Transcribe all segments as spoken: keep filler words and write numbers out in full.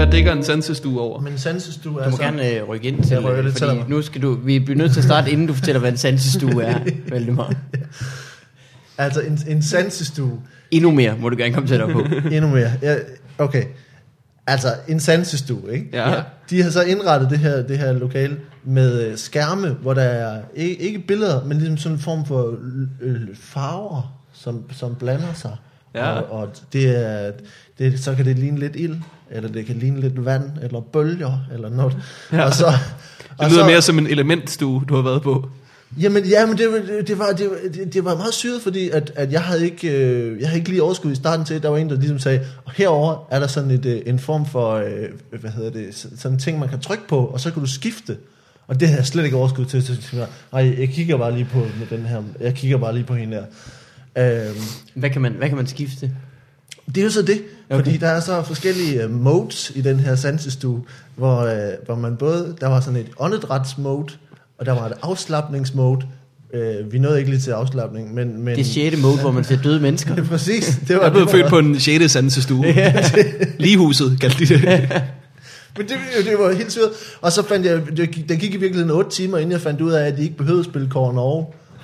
her dækker en sansestue over. Men en sansestue er Du må så... gerne øh, rykke ind til, Jeg rykker lidt til fordi dig. nu skal du, vi bliver nødt til at starte, inden du fortæller, hvad en sansestue er, Valdemar. Altså en, en sansestue. Endnu mere må du gerne komme tættere på. Endnu mere. Ja, okay. Altså en sansestue, ikke? Ja. De har så indrettet det her, det her lokale med skærme, hvor der er ikke, ikke billeder, men ligesom sådan en form for øh, farver, som, som blander sig. Ja. Og, og det er, det, så kan det ligne lidt ild, eller det kan ligne lidt vand, eller bølger, eller noget. Ja. Og så, Det og lyder så, mere som en elementstue, du har været på. Jamen, ja, men det, det, det, var, det, det, det var meget syret, fordi at, at jeg, havde ikke, øh, jeg havde ikke lige overskud i starten til, der var en, der ligesom sagde, og herover er der sådan et, øh, en form for, øh, hvad hedder det, sådan en ting, man kan trykke på, og så kan du skifte. Og det havde jeg slet ikke overskud til, så jeg, nej, jeg kigger bare lige på med den her, jeg kigger bare lige på hende der. Øhm, Hvad kan man, hvad kan man skifte? det er jo så det, Okay. fordi der er så forskellige uh, modes i den her sansestue, hvor, uh, hvor man både, der var sådan et åndedrætsmode, og der var et afslapningsmode. Uh, vi nåede ikke lige til afslapning, men... men Det sjette mode, hvor man ser døde mennesker. præcis. Det var, Jeg er blevet det var, født på en sjette sansestue. Ligehuset, kaldte de det. Men det, det var helt syret. Og så fandt jeg, det gik, der gik i virkeligheden otte timer, inden jeg fandt ud af, at de ikke behøvede at spille Kåre Norge.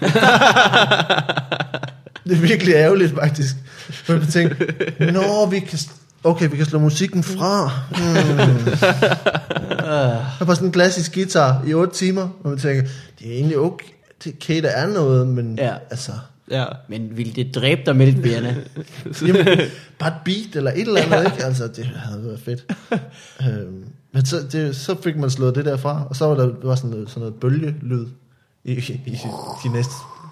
Det er virkelig ærgerligt, faktisk. For jeg tænkte, nå, vi kan, okay, vi kan slå musikken fra. Hmm. Der var sådan en klassisk guitar i otte timer, og man tænker, det er egentlig okay, det er okay, der er noget, men Ja. altså... Ja. Men ville det dræbe dig med lidt, Bjarne? Jamen, bare et beat eller et eller andet, ikke? Altså, det havde været fedt. øhm, men så, det, så fik man slået det der fra, og så var der, der var sådan noget, sådan noget bølgelyd i, i, i de næste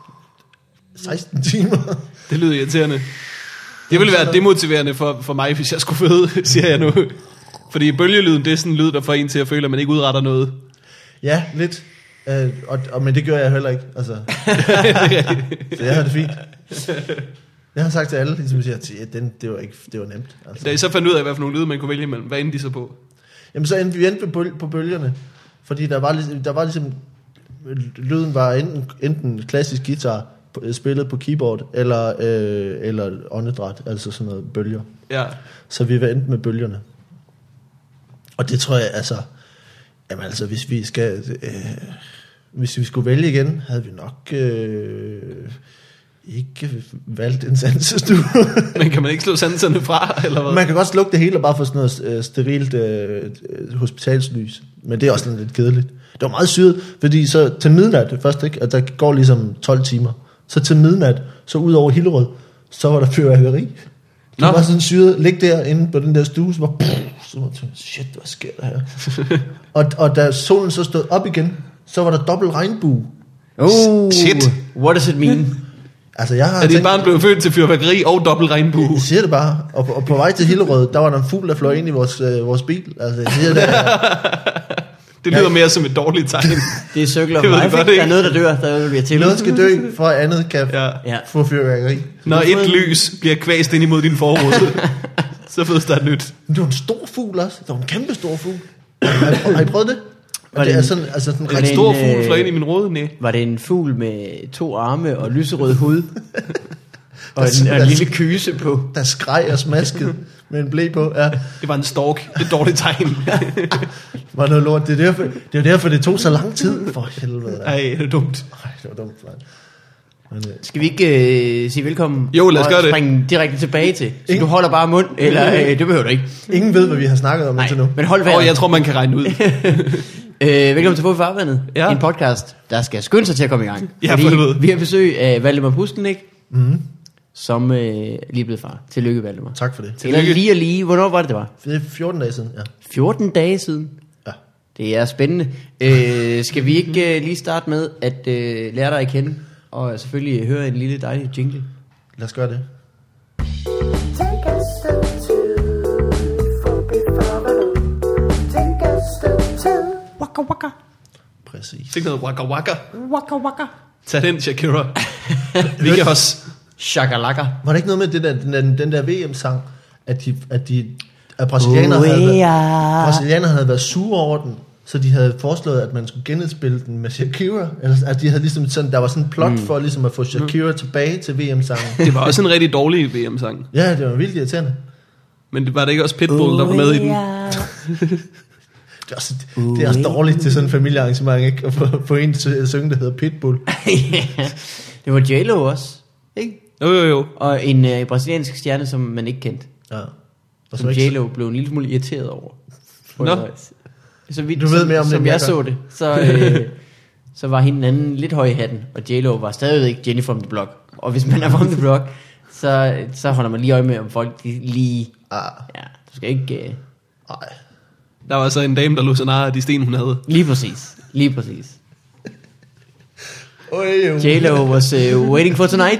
seksten timer. Det lyder irriterende. Det ville være demotiverende for, for mig, hvis jeg skulle føde, siger jeg nu. Fordi bølgelyden, det er sådan en lyd, der får en til at føle, at man ikke udretter noget. Ja, lidt. Øh, og, og, men det gør jeg heller ikke. Altså. Så jeg har det fint. Jeg har sagt til alle, ligesom jeg siger, at den, det var ikke, det var nemt. Altså. Da I så fandt ud af, hvad for nogle lyde man kunne vælge imellem, hvad endte de så på? Jamen så endte vi endte på, på bølgerne, fordi der var, ligesom, der var ligesom, lyden var enten, enten klassisk guitar, spillet på keyboard, eller, øh, eller åndedræt, altså sådan noget bølger. Ja. Så vi var endt med bølgerne. Og det tror jeg, altså, jamen altså, hvis vi skal, øh, hvis vi skulle vælge igen, havde vi nok øh, ikke valgt en sansestue. Men kan man ikke slå sanserne fra, eller hvad? Man kan godt slukke det hele og bare få sådan noget øh, sterilt øh, hospitalslys. Men det er også sådan lidt kedeligt. Det var meget syret, fordi så til midnat først, ikke, at der går ligesom tolv timer. Så til midnat, så ud over Hillerød, så var der fyrværkeri. Det Nå. var sådan syret, ligge der inde på den der stue, så var, pff, så var jeg, shit, hvad sker der her? og, og da solen så stod op igen, så var der dobbelt regnbue. Oh, Shit. What does it mean? Altså, jeg har Er dit barn blevet født til fyrværkeri og dobbelt regnbue? Jeg siger det bare. Og på, og på vej til Hillerød, der var der en fugl, der fløj ind i vores, øh, vores bil. Altså, jeg siger det. Det lyder mere som et dårligt tegn. Det er circle of Det ved jeg life, godt, ikke? Der er ikke? noget, der dør, der bliver til. Noget skal dø, for at andet kan Ja. Ja. få fyrværkeri. Når et lys bliver kvæst ind imod din forrude, så fødes der et nyt. Men det var en stor fugl også. Det var en kæmpe stor fugl. Har I, har I prøvet det? Og Var det det er en- sådan, altså sådan Var En det stor en, fugl øh, fløj ind i min rode, næ. Var det en fugl med to arme og lyserød hud? og, en, Der- og en der- lille kyse på? der skreg og smaskede med en blæ på. Ja, Det var en stork. Det er et dårligt tegn. var noget lort. Det er derfor, det er derfor, det tog så lang tid. For helvede. Ej, det er dumt. Ej, det var dumt. Man. Men, øh, Skal vi ikke øh, sige velkommen? Jo, lad os og gøre det. springe direkte tilbage til? Så Ingen- du holder bare mund, eller øh, det behøver du ikke. ingen ved, hvad vi har snakket om Nej, indtil nu. men hold Og vejret. jeg tror, man kan regne ud. Øh, velkommen til Få i Farvandet, Ja. en podcast, der skal skynde sig til at komme i gang. Ja, Fordi for helvede. vi har besøg af Valdemar Pustelnik, Mm. som øh, lige er blevet far. Tillykke, Valdemar. Tak for det. Eller lige og lige, hvornår var det, det var? Det er fjorten dage siden, ja. fjorten dage siden. Ja. Det er spændende. Øh, skal vi ikke øh, lige starte med at øh, lære dig at kende, og selvfølgelig høre en lille dejlig jingle? Lad os gøre det. Take a step two, Få i Farvandet. Take a step two, Waka waka, Præcis. Tænk noget waka waka. waka waka. Tag den, Shakira. Vi kan også... Shakalaka. Var det ikke noget med det der, den, der, den der V M-sang, at de, at de at brasilianere havde, været, brasilianere havde været sure over den, så de havde foreslået, at man skulle genindspille den med Shakira, eller at de havde ligesom sådan, der var sådan en plot mm. for ligesom at få Shakira mm. tilbage til V M-sangen. Det var også en rigtig dårlig V M-sang. Ja, det var vildt irriterende. Men det var det ikke også Pitbull, der var med i den? Det er også, det er også dårligt til sådan en familiearrangement, ikke? At få, få en til at synge, der hedder Pitbull. Ja, det var J-Lo også, ikke? Jo, jo, jo. Og en øh, brasiliansk stjerne, som man ikke kendte. Ja. Og Som ikke- J-Lo blev en lille smule irriteret over. Nå. Så vidt, Du ved som, mere om det, som end jeg jeg så det, så, øh, så var hende den anden lidt høj i hatten, og J-Lo var stadigvæk Jenny from the Block. Og hvis man er from the Block, så, så holder man lige øje med, om folk de lige... Ah, Ja, du skal ikke... Øh, nej. Der var så en dame, der lå så nær af de sten, hun havde. lige præcis, lige præcis. Øj, jo. J-Lo was uh, waiting for tonight,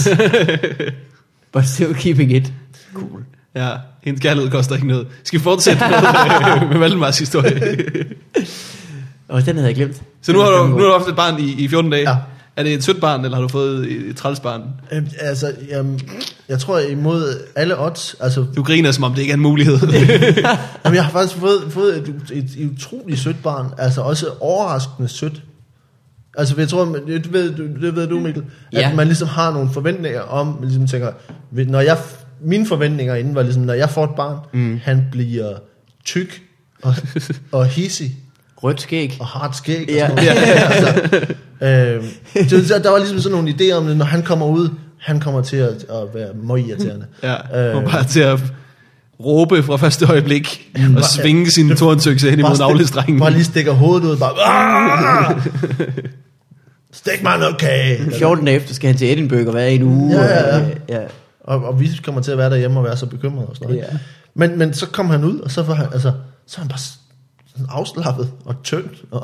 but still keeping it cool. Ja, hendes kærlighed koster ikke noget. Skal vi fortsætte med, med Valdemars historie? Og den havde jeg glemt. Så nu har du, nu har du haft et barn i, i fjorten dage. Ja. Er det et sødt barn, eller har du fået et, et trælsbarn? Øhm, altså, jamen, jeg tror imod alle odds, altså, Du griner, som om det ikke er en mulighed. jamen, jeg har faktisk fået, fået et, et, et utroligt sødt barn, altså også overraskende sødt. Altså, jeg tror, det ved, du- det ved du, Mikkel, at Ja. man ligesom har nogle forventninger om, man ligesom tænker, ved- når jeg, mine forventninger inden var ligesom, når jeg får et barn, mm. han bliver tyk og, og hissig Rødt skæg. og har et skæg Ja. og sådan noget. Ja. Altså, øh, det, der var ligesom sådan nogle idéer om det, når han kommer ud, han kommer til at, at være møgirriterende. Ja, Øh, og bare til at råbe fra første øjeblik, og bare- svinge sin tornsøkse hen imod stik- navlestrengen. bare lige stikker hovedet ud, bare, "Ah! Stik mig noget kage. fjorten dage efter skal han til Edinburgh og være i en uge. Ja, ja, ja. Og, øh, ja. Og, og vi kommer til at være derhjemme og være så bekymrede og sådan noget. Ja. Men, men så kom han ud, og så var han, altså, så er han bare sådan afslappet og tyndt. Og,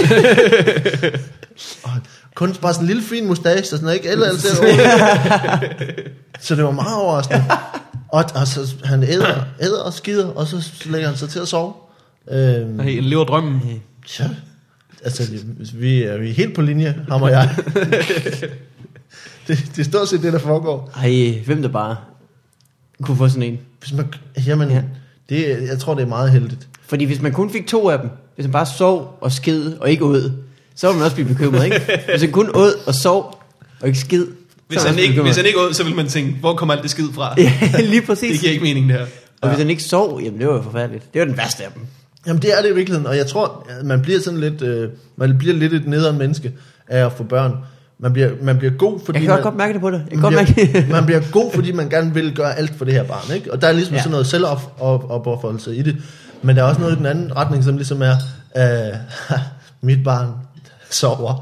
og kun bare sådan en lille fin mustache, og sådan noget, ikke? Eller, eller, så det var meget overraskende. Og, og så han æder, æder og skider, og så lægger han sig til at sove. Øhm, Nej, en lever drømmen. ja, altså, vi er, vi er helt på linje, ham og jeg. det, det er stort set det, der foregår. Ej, hvem der bare kunne få sådan en. Hvis man, jamen, Ja. ja. det, jeg tror, det er meget heldigt. Fordi hvis man kun fik to af dem, hvis han bare sov og skid og ikke åd, så ville man også blive bekymret, ikke? Hvis han kun åd og sov og ikke skid, Hvis så han, ville man ikke, blive hvis han bekymret. ikke åd, så vil man tænke, hvor kommer alt det skid fra? Ja, lige præcis. Det giver ikke mening, det her. Og hvis han ikke sov, jamen det var jo forfærdeligt. Det var den værste af dem. Jamen, det er det i virkeligheden, og jeg tror, at man bliver sådan lidt, øh, man bliver lidt et nederen menneske af at få børn. Man bliver, man bliver god, fordi Jeg kan man, også godt mærke det på det. Jeg kan man, godt bliver, mærke det. man bliver god, fordi man gerne vil gøre alt for det her barn, ikke? Og der er ligesom Ja. ja. sådan noget selvopofrelse i det. Men der er også noget i den anden retning, som ligesom er, øh, mit barn sover.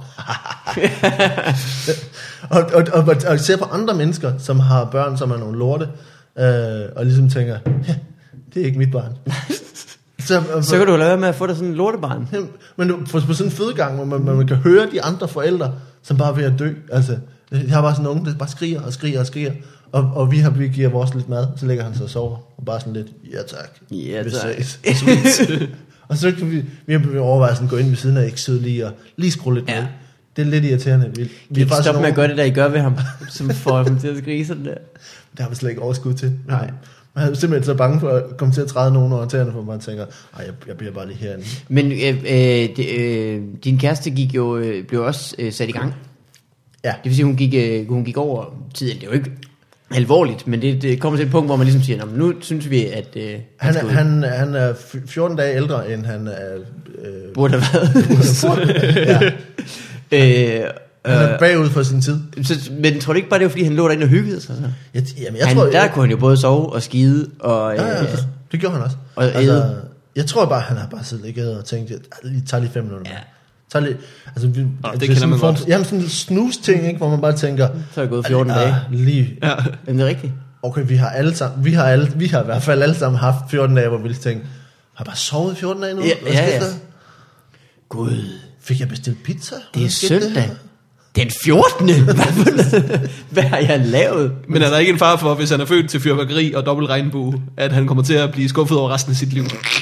og, og, og, og, og ser på andre mennesker, som har børn, som er nogle lorte, øh, og ligesom tænker, ja, det er ikke mit barn. Så, Så kan du lade være med at få dig sådan en lortebarn. men du, på, på sådan en fødegang, hvor man, man kan høre de andre forældre, som bare er ved at dø. Altså, jeg har bare sådan en unge, der bare skriger og skriger og skriger. Og, og vi har vi giver vores lidt mad, så lægger han sig og sover. Og bare sådan lidt, ja tak. Ja, Vi tak. ses. Sweet. Og så kan vi, vi har overvejet sådan at gå ind ved siden af, ikke sidde lige og lige skrue lidt Ja. med. Det er lidt irriterende. Vi, Vi kan stoppe med nogle- at gøre det der, I gør ved ham, som får ham til at skrige sådan der. Det har vi slet ikke overskud til. Nej. Man er simpelthen så bange for at komme til at træde nogen over tæerne, for man tænker, ej, jeg, jeg bliver bare lige herinde. Men øh, øh, det, øh, din kæreste gik jo, øh, blev også øh, sat i gang. Ja. Det vil sige, hun gik, øh, hun gik over tiden. Det er jo ikke alvorligt, men det, det kommer til et punkt, hvor man ligesom siger, "Nå, men nu synes vi, at øh, han, Han, skal ud." er- han, han er fjorten dage ældre, end han er... Øh, burde have været. ja. øh, Han er øh, bagud for sin tid. så, men tror du ikke bare, det var, fordi han lå derinde og hyggede sig? Så? Jeg, jamen, jeg Han, tror, der jeg, kunne han jo både sove og skide, og øh, ja, ja, det gjorde han også. Og æde. jeg tror bare, han har bare siddet ligget og tænkt, jeg lige tager lige fem minutter. Ja. Tager lige, altså, vi, Nå, det er kender sådan man en form- godt. Jamen sådan en snus-ting, ikke, hvor man bare tænker... så er det gået fjorten ah, dage. Lige, Ja. Men det er rigtigt. okay, vi har alle sammen, vi har, alle, vi har i hvert fald alle sammen haft fjorten dage, hvor vi tænkte, har jeg bare sovet i fjorten dage nu? Ja, Hvad ja, skete ja. der? Gud, Fik jeg bestilt pizza? det er Hvad skete søndag. der? Den fjortende Hvad, for noget? Hvad har jeg lavet? Men er der ikke en far for, hvis han er født til fyrværkeri og dobbelt regnbue, at han kommer til at blive skuffet over resten af sit liv?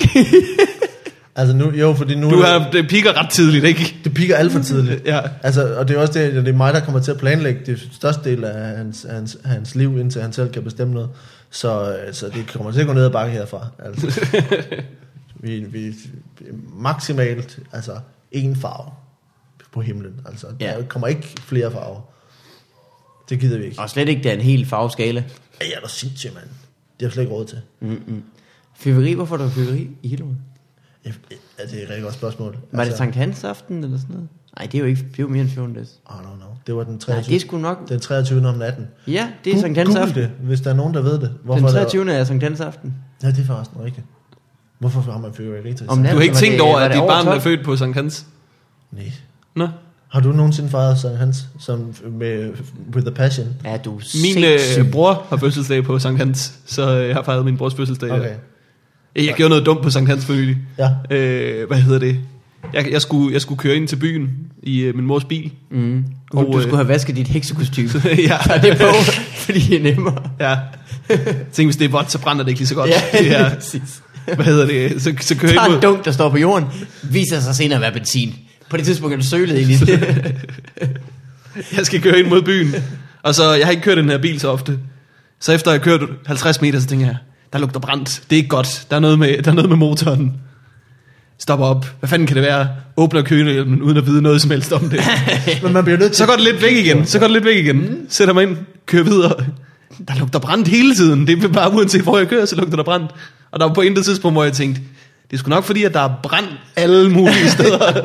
Altså nu, jo, fordi nu... Du har, det piker ret tidligt, ikke? Det piker alt for tidligt. Ja. Altså, og det er også det, det er mig, der kommer til at planlægge det største del af hans, hans, hans liv, indtil han selv kan bestemme noget. Så, så det kommer til at gå ned ad bakke herfra. Altså. vi, vi, maksimalt, altså, en farve på himlen. Altså, Ja. der kommer ikke flere farver. Det gider vi ikke. Og slet ikke, det er en helt farveskala. Ej, jeg er da sindssygt, mand. Det har slet ikke råd til. Mm-mm. Fyrværkeri, hvorfor er der fyrværkeri i Hillerød? Ja, det er et rigtig godt spørgsmål. Var det Sankt Hans aften eller sådan noget? Nej, det er jo ikke, det er jo mere end fjorten dages. I don't know. Det var den Nej, treogtyvende. det er sgu nok... Den treogtyvende om natten. Ja, det er Gu- Sankt Hans Google aften. det, hvis der er nogen, der ved det. Hvorfor Den der- treogtyvende er Sankt Hans aften. Ja, det er forresten rigtigt. Hvorfor har man fyrværkeri til? Om Du natten, har ikke var tænkt det- over, var at det dit over barn er tolv? født på Sankt Hans? Nej. Nå. Har du nogensinde fejret Sankt Hans som med with the passion? Ja, du er Min sindssyg. øh, bror har fødselsdag på Sankt Hans, så øh, jeg har fejret min brors fødselsdag. Okay. Jeg gjorde noget dumt på Sankt Hans for nylig. Ja. Øh, hvad hedder det? Jeg, jeg, skulle, jeg skulle køre ind til byen i øh, min mors bil. Mm. Og, Og, du øh, skulle have vasket dit heksekostyme. ja. Tag det på, fordi det er nemmere. Ja. Tænk, hvis det er vådt, så brænder det ikke lige så godt. Ja, Det er, præcis. hvad hedder det? Så, så kører Der jeg er ind en mod... dunk, der står på jorden. Viser sig senere at være benzin. På det tidspunkt er du sølet ind i det. Jeg skal køre ind mod byen. Og så, jeg har ikke kørt den her bil så ofte. Så efter jeg har kørt halvtreds meter, så tænker jeg, der lugter brændt. Det er ikke godt. Der er noget med, der er noget med motoren. Stopper op. Hvad fanden kan det være? Åbner kølehjelmen, uden at vide noget som helst om det. Men man bliver nødt til... Så går det lidt væk igen. Så går det lidt væk igen. Sætter mig ind, kører videre. Der lugter brændt hele tiden. Det er bare uanset hvor jeg kører, så lugter der brændt. Og der var på intet tidspunkt, hvor jeg tænkte, det er sgu nok fordi, at der er brændt alle mulige steder.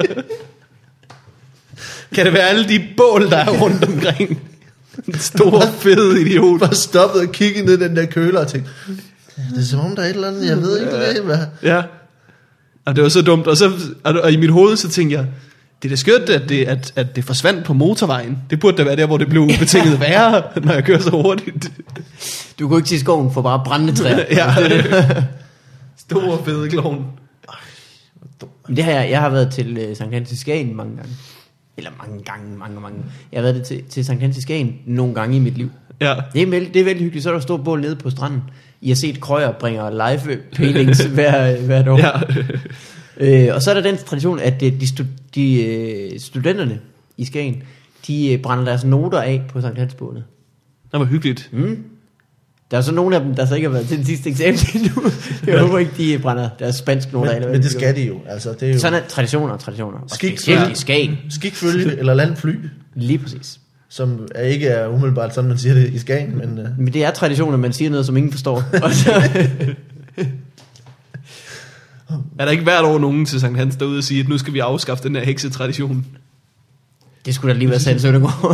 Kan det være alle de bål, der er rundt omkring? En stor, fed idiot. bare stoppet og kigget ned i den der køler og tænkte, det er som om der er et eller andet, jeg ved ikke hvad. hvad. Ja. Og det var så dumt. Og, så, og, og i mit hoved, så tænkte jeg, det er da skørt, at det, at, at det forsvandt på motorvejen. Det burde da være der, hvor det blev betinget værre, når jeg kører så hurtigt. Du kunne ikke til skoven for bare brændende træer. Ja. Stor, fede klovn. Men det har jeg, jeg har været til uh, Sankt Hans i Skagen mange gange. Eller mange gange, mange, mange. Jeg har været det til, til Sankt Hans i Skagen nogle gange i mit liv. Ja. Det er, vældig, det er vældig hyggeligt. Så er der stort bål nede på stranden. I har set Krøyer bringer live paintings hver, hvert år. Ja. Øh, og så er der den tradition, at de, stu, de øh, studenterne i Skagen, de øh, brænder deres noter af på Sankt Hans bålet. Det var hyggeligt. Mm. Der er så nogle af dem, der så ikke har været til den sidste eksamen endnu. Jeg håber ikke, de brænder deres spansk noter af. eller Men, hvad men de det skal gør. de jo. Altså, det er jo Sådan er traditioner og traditioner. Og Skik- specielt i Skagen. skikfølge eller landfly, Lige præcis. som er ikke er umiddelbart sådan, man siger det i Skagen, men... Uh, Men det er traditioner, man siger noget, som ingen forstår. Og så, Er der ikke hvert år nogen til Sankt Hans derude og sige, at nu skal vi afskaffe den her heksetradition? det skulle da lige være Sandt Søndergaard.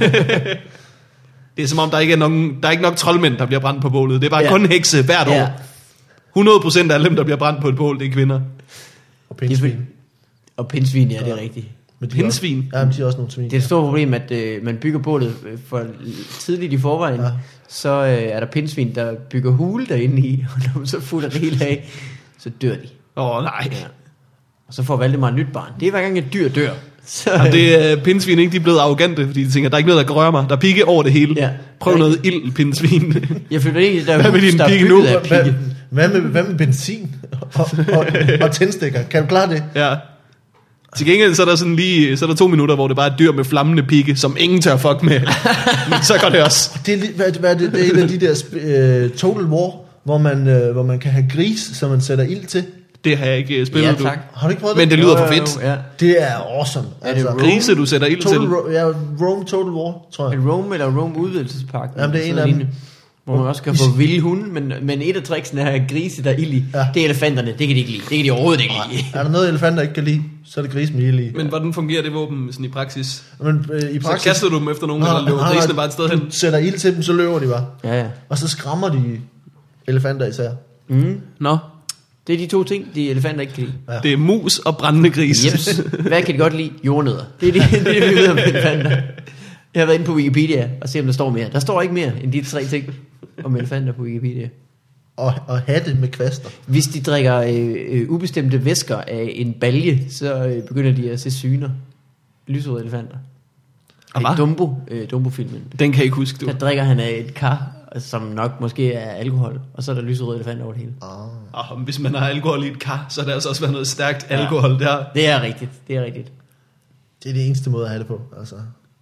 Det er som om, der ikke er, nogen, der er ikke nok troldmænd, der bliver brændt på bålet. Det er bare Ja. kun hekse hvert år. Ja. hundrede procent af alle dem, der bliver brændt på et bål, det er kvinder. og pindsvin. Og pindsvin, ja, det er rigtigt. Men de er Pindsvin? Også, ja, men de er også nogle svin. Det er et stort problem, at øh, man bygger bålet øh, for tidligt i forvejen. Ja. Ja. Så øh, er der pindsvin, der bygger hule derinde i, og når man så fulder det hele af, så dør de. Åh, oh, nej. Ja. Og så får Valdemar et nyt barn. Det er hver gang et dyr dør. Så, Jamen, det er pindsvin, ikke? De er blevet arrogante, fordi de tænker, der er ikke noget, der kan røre mig. Der er pigge over det hele. Ja. Prøv noget ild, pindsvin. jeg føler ikke, der er Hvad med hus, din der er pigge bygget nu? af Hvad, pigge. hvad, med, hvad med benzin og, og, og tændstikker? Kan du klare det? Ja. Til gengæld så er der sådan lige så er der to minutter, hvor det bare er et dyr med flammende pigge, som ingen tør fuck med. Men så går det også. Det er, li- hvad, hvad er det, det er en af de der uh, Total War, hvor man, uh, hvor man kan have gris, som man sætter ild til. Det har jeg ikke spillet, Ja, du. tak. Har du ikke prøvet det? Men det lyder for Jo, jo, fedt. jo, Ja. Det er awesome. Altså, Er det Grise, du sætter ild Total, til. Ro- ja, Rome Total War, tror Er jeg. det Rome eller Rome udvidelsespark? Jamen, det er en Sådan af dem. lignende, hvor man også kan få vilde hunde, men, men et af tricksene er grise, der er ild i. Ja. Det er elefanterne, det kan de ikke lide. Det kan de overhovedet ikke lide. Er der noget elefanter ikke kan lide, så er det gris med ild i. Men hvordan fungerer det våben sådan i praksis? Men øh, i Så praksis... kaster du dem efter nogen, eller løber nej, grisene bare et sted hen? Du sætter ild til dem, så løber de bare. Ja, ja. Og så skræmmer de elefanter især. Mm. Nå, Det er de to ting, de elefanter ikke kan lide. Ja. det er mus og brændende gris. Jeps. Hvad kan de godt lide? Jordnødder. Det er det, det, er det vi ved om elefanter. Jeg har været inde på Wikipedia og se, om der står mere. Der står ikke mere end de tre ting om elefanter på Wikipedia. Og, og hatte med kvaster. Hvis de drikker øh, øh, ubestemte væsker af en balje, så øh, begynder de at se syner. Lyserøde elefanter. Og I hvad? Dumbo, øh, Dumbo-filmen. Den kan jeg ikke huske, du. Der drikker han af et kar, som nok måske er alkohol, og så er der lyserøde elefanter over det hele. Ah. Og hvis man har alkohol i et kar, så er der altså også været noget stærkt alkohol der. Det er rigtigt, det er rigtigt. Det er det eneste måde at have det på. Altså.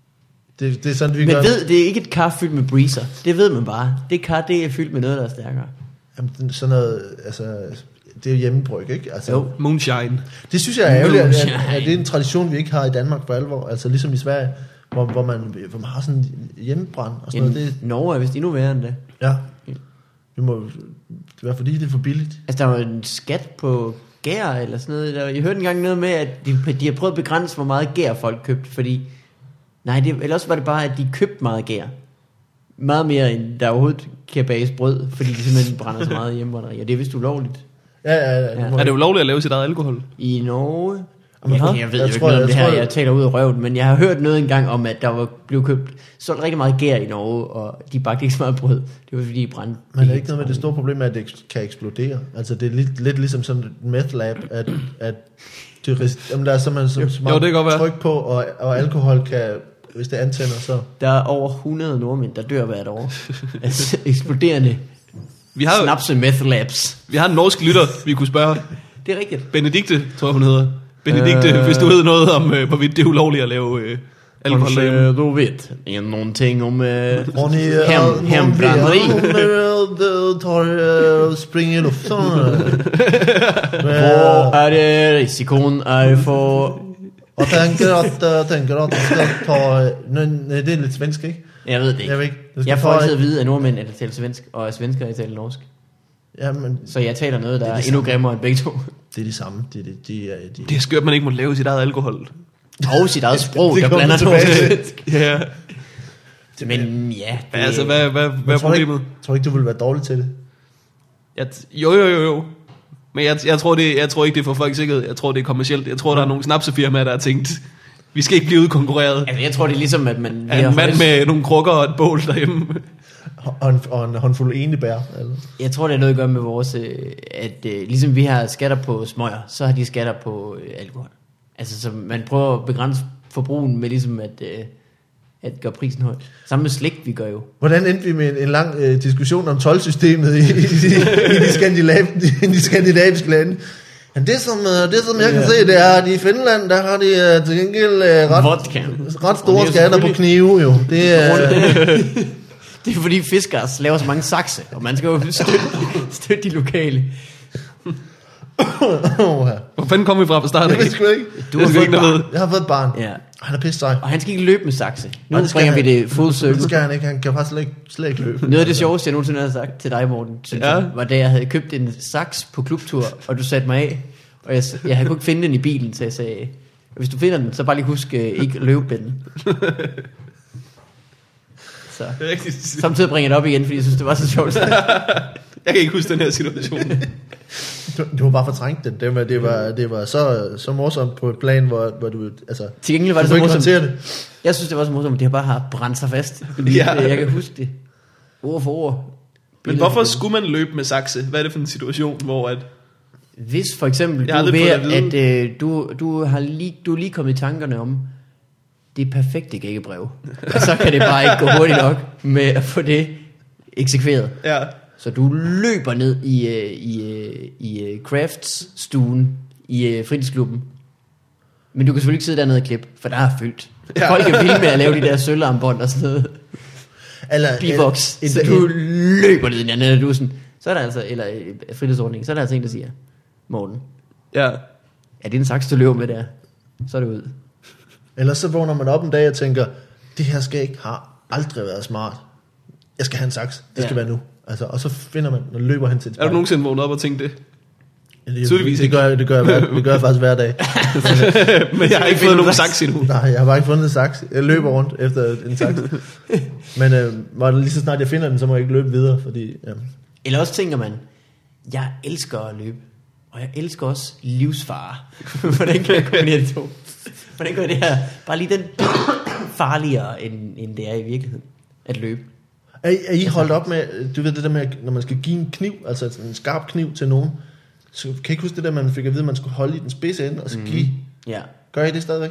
Det, det er sådan, vi Men gør. ved, det er ikke et kar fyldt med breezer. Det ved man bare. Det kar, det er fyldt med noget, der er stærkere. Jamen, den- sådan noget, altså, det er jo hjemmebryg, ikke? Altså, Jo. Moonshine. Det synes jeg er ærgerligt, at, Moonshine. at, at det er en tradition, vi ikke har i Danmark for alvor. Altså ligesom i Sverige, hvor, hvor, man, hvor man har sådan en hjemmebrand og sådan noget. En Det, Norge er vist endnu værre end det. ja. Det må være fordi, det er for billigt. Altså, der var en skat på gær eller sådan noget. Der, jeg hørte engang noget med, at de, de har prøvet at begrænse, hvor meget gær folk købte, fordi... Nej, det, eller også var det bare, at de købte meget gær. Meget mere, end der overhovedet kan bages brød, fordi de simpelthen brænder så meget hjemmebrænderi. Og det er vist ulovligt. Ja, ja, ja. Ja. Er det ulovligt at lave sit eget alkohol? I Norge... Jamen, Jeg, jeg ved jeg jo ikke tror, noget om jeg det her, tror, jeg- jeg taler ud af røven, men jeg har hørt noget engang om, at der var blevet købt solgt rigtig meget gær i Norge, og de bagte ikke så meget brød. Det var fordi, de brændte. Men er det ikke noget med det store problem, at det eks- kan eksplodere? Altså det er lidt, lidt ligesom sådan et meth lab, at, at det, ris- jamen, der er simpelthen så, så Jo, det kan godt være. tryk på, og, og alkohol kan, hvis det antænder, så... Der er over hundrede nordmænd, der dør hvert år. Altså eksploderende Vi har, jo, snapse meth labs. vi har en norsk lytter, vi kunne spørge. Det er rigtigt. Benedikte, tror jeg hun hedder. Benedikte, øh... Øh. hvis du ved noget om, øh, hvorvidt det er ulovligt at lave øh, alkohol derhjemme. Kanskje du vet nogle ting om uh, Og ni, Hem- hembrænderi. Det tar uh, spring i luften. hvor er det risikoen er for... Og tænker at, uh, tænker at du skal ta... Nej, nej, det er lidt svensk, ikke? Jeg ved det ikke. Jeg ved ikke. Du skal Jeg får ta- altid at vide, at nordmænd er der taler svensk, og er svensker er taler norsk. Jamen, Så jeg taler noget, der Det er er, det endnu samme. grimmere end begge to. det er de samme. Det er de, de, er, de, Det er skørt, man ikke må lave sit eget alkohol. Og sit eget sprog, det der kommer blander tilbage to. til. Ja, Men ja, det, altså hvad, hvad, hvad Jeg er tror ikke, problemet? tror ikke, du vil være dårlig til det. Jeg, jo, jo, jo, jo. Men jeg, jeg, tror det, jeg tror ikke, det er for folks sikkerhed. Jeg tror, det er kommercielt. Jeg tror, der er nogle snapsefirmaer, der har tænkt, vi skal ikke blive udkonkurreret altså, jeg tror, det er ligesom, at man... af en mand med nogle krukker og et bål derhjemme. Og en, og en håndfuld enebær. Eller? Jeg tror, det er noget at gøre med vores... øh, At øh, ligesom vi har skatter på smøger, så har de skatter på øh, alkohol. Altså, så man prøver at begrænse forbrugen med ligesom at... Øh, at gøre prisen høj. Samme med slik, vi gør jo. Hvordan endte vi med en, en lang øh, diskussion om toldsystemet i, i, i, de, skandinav, i de skandinaviske lande? Men det som, øh, det, som jeg kan Ja. se, det er, at i Finland, der har de øh, til gengæld øh, ret, Vodka. ret Og store det er skatter på selvfølgelig- knive. Jo. Det er, Det er fordi fiskere laver så mange sakse, og man skal jo støtte, støtte de lokale. oh, Hvor fanden kom vi fra fra starten? jeg ved sgu ikke. Du Det har er fået ikke et noget. barn. Jeg har fået et barn. Ja. Han er pisse sej. Og han skal ikke løbe med sakse. Nu Nej, det skal bringer vi han. det full Det circle. skal han ikke. Han kan faktisk slet ikke, slet ikke løbe. Noget af det sjoveste, jeg nogensinde har sagt til dig, Morten, synes Ja. ja. jeg, var da jeg havde købt en saks på klubtur, og du satte mig af, og jeg, jeg havde kunne ikke finde den i bilen, så jeg sagde, hvis du finder den, så bare lige husk uh, ikke at løbe med den. Så. Det er rigtigt. Samtidig bringer jeg det op igen, fordi jeg synes, det var så sjovt. Jeg kan ikke huske den her situation. Du, du har bare fortrængt den. Det var, det var, det var så, så morsomt på et plan, hvor, hvor du... Altså, Til gengæld var du det kunne så ikke morsomt. håndtere det. Jeg synes, det var så morsomt, at det bare har brændt sig fast. Fordi Ja. ja. Jeg kan huske det. Ord for ord. Men hvorfor skulle man løbe med sakse? Hvad er det for en situation, hvor at... Hvis for eksempel Jeg har du er aldrig ved, fået det at at øh, du, du, har lige, du er lige kommet i tankerne om det perfekte gækkebrev, og så kan det bare ikke gå hurtigt nok med at få det eksekveret. Ja, Så du løber ned i, øh, i, øh, i øh, crafts-stuen i øh, fritidsklubben. Men du kan selvfølgelig ikke sidde dernede og klippe, for der er fyldt. Ja. Ja. Folk er vilde med at lave de der sølvarmbånd og sådan noget. Eller, Bivox. eller- Så du løber ned i den anden dusen. Så er der altså, eller øh, fritidsordning, så er der altså en, der siger, Morten, ja. er det en saks, du løber med der? Så er det ud. Eller så vågner man op en dag og tænker, det her skal ikke har aldrig været smart. Jeg skal have en saks. Det skal Ja. være nu. Altså, og så finder man, og løber hen til et Er spejl. du nogensinde vågnet op og tænkt det? Det, Tydeligvis det, ikke. gør, jeg- det, gør jeg, hver- det gør jeg faktisk hver dag. Men jeg har ikke fået nogen saks endnu. Nej, jeg har bare ikke fundet en saks. Jeg løber rundt efter en saks. Men øh, var det lige så snart jeg finder den, så må jeg ikke løbe videre, fordi... Ja. Eller også tænker man, jeg elsker at løbe, og jeg elsker også livsfare. Hvordan kan jeg kombinere de to? Hvordan gør det her bare lige den farligere, end, end det er i virkeligheden, at løbe? Er, I- er I holdt op med, du ved det der med, når man skal give en kniv, altså en skarp kniv til nogen, så kan I ikke huske det der, man fik at vide, at man skulle holde i den spidse ende, og så give. Ja. Gør I det stadigvæk?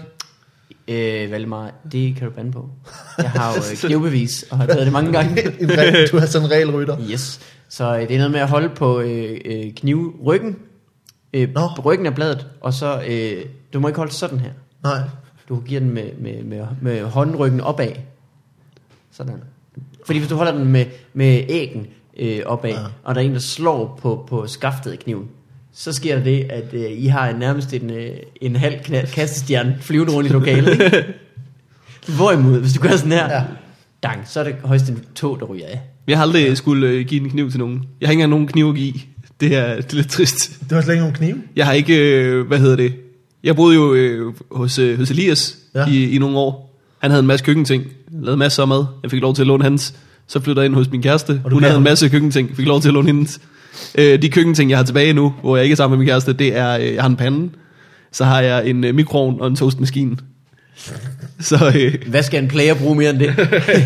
Øh, Valdemar, det kan du bande på. Jeg har jo øh, knivbevis, og har taget det mange gange. En regel, du er sådan en regelrytter. Yes. Så øh, det er noget med at holde på øh, øh, knivryggen, øh, Nå. på ryggen af bladet, og så, øh, du må ikke holde sådan her. Nej. Du giver den med, med, med, med håndryggen opad. Sådan. Fordi hvis du holder den med, med æggen øh, opad, Ja. ja. og der er en, der slår på, på skaftet af kniven, så sker der det, at øh, I har en, nærmest en, øh, en halv knald, kastestjerne flyvende rundt i lokalet. Ikke? Hvorimod, hvis du gør sådan her, Ja. ja. dang, så er det højst en tog, der ryger af. Jeg har aldrig skulle øh, give en kniv til nogen. Jeg har ikke engang nogen kniv at give. Det er, det er lidt trist. Du har slet ikke nogen kniv? Jeg har ikke, øh, hvad hedder det? Jeg boede jo øh, hos, øh, hos Elias Ja. ja. i, i nogle år. Han havde en masse køkkenting. Lavede masser af mad. Jeg fik lov til at låne hans. Så flyttede jeg ind hos min kæreste. Og du Hun gav havde en ham? masse køkkenting. Fik lov til at låne hendes. Øh, de køkkenting, jeg har tilbage nu, hvor jeg ikke er sammen med min kæreste, det er, øh, jeg har en pande. Så har jeg en øh, mikroovn og en toastmaskine. Så øh, Hvad skal en player bruge mere end det?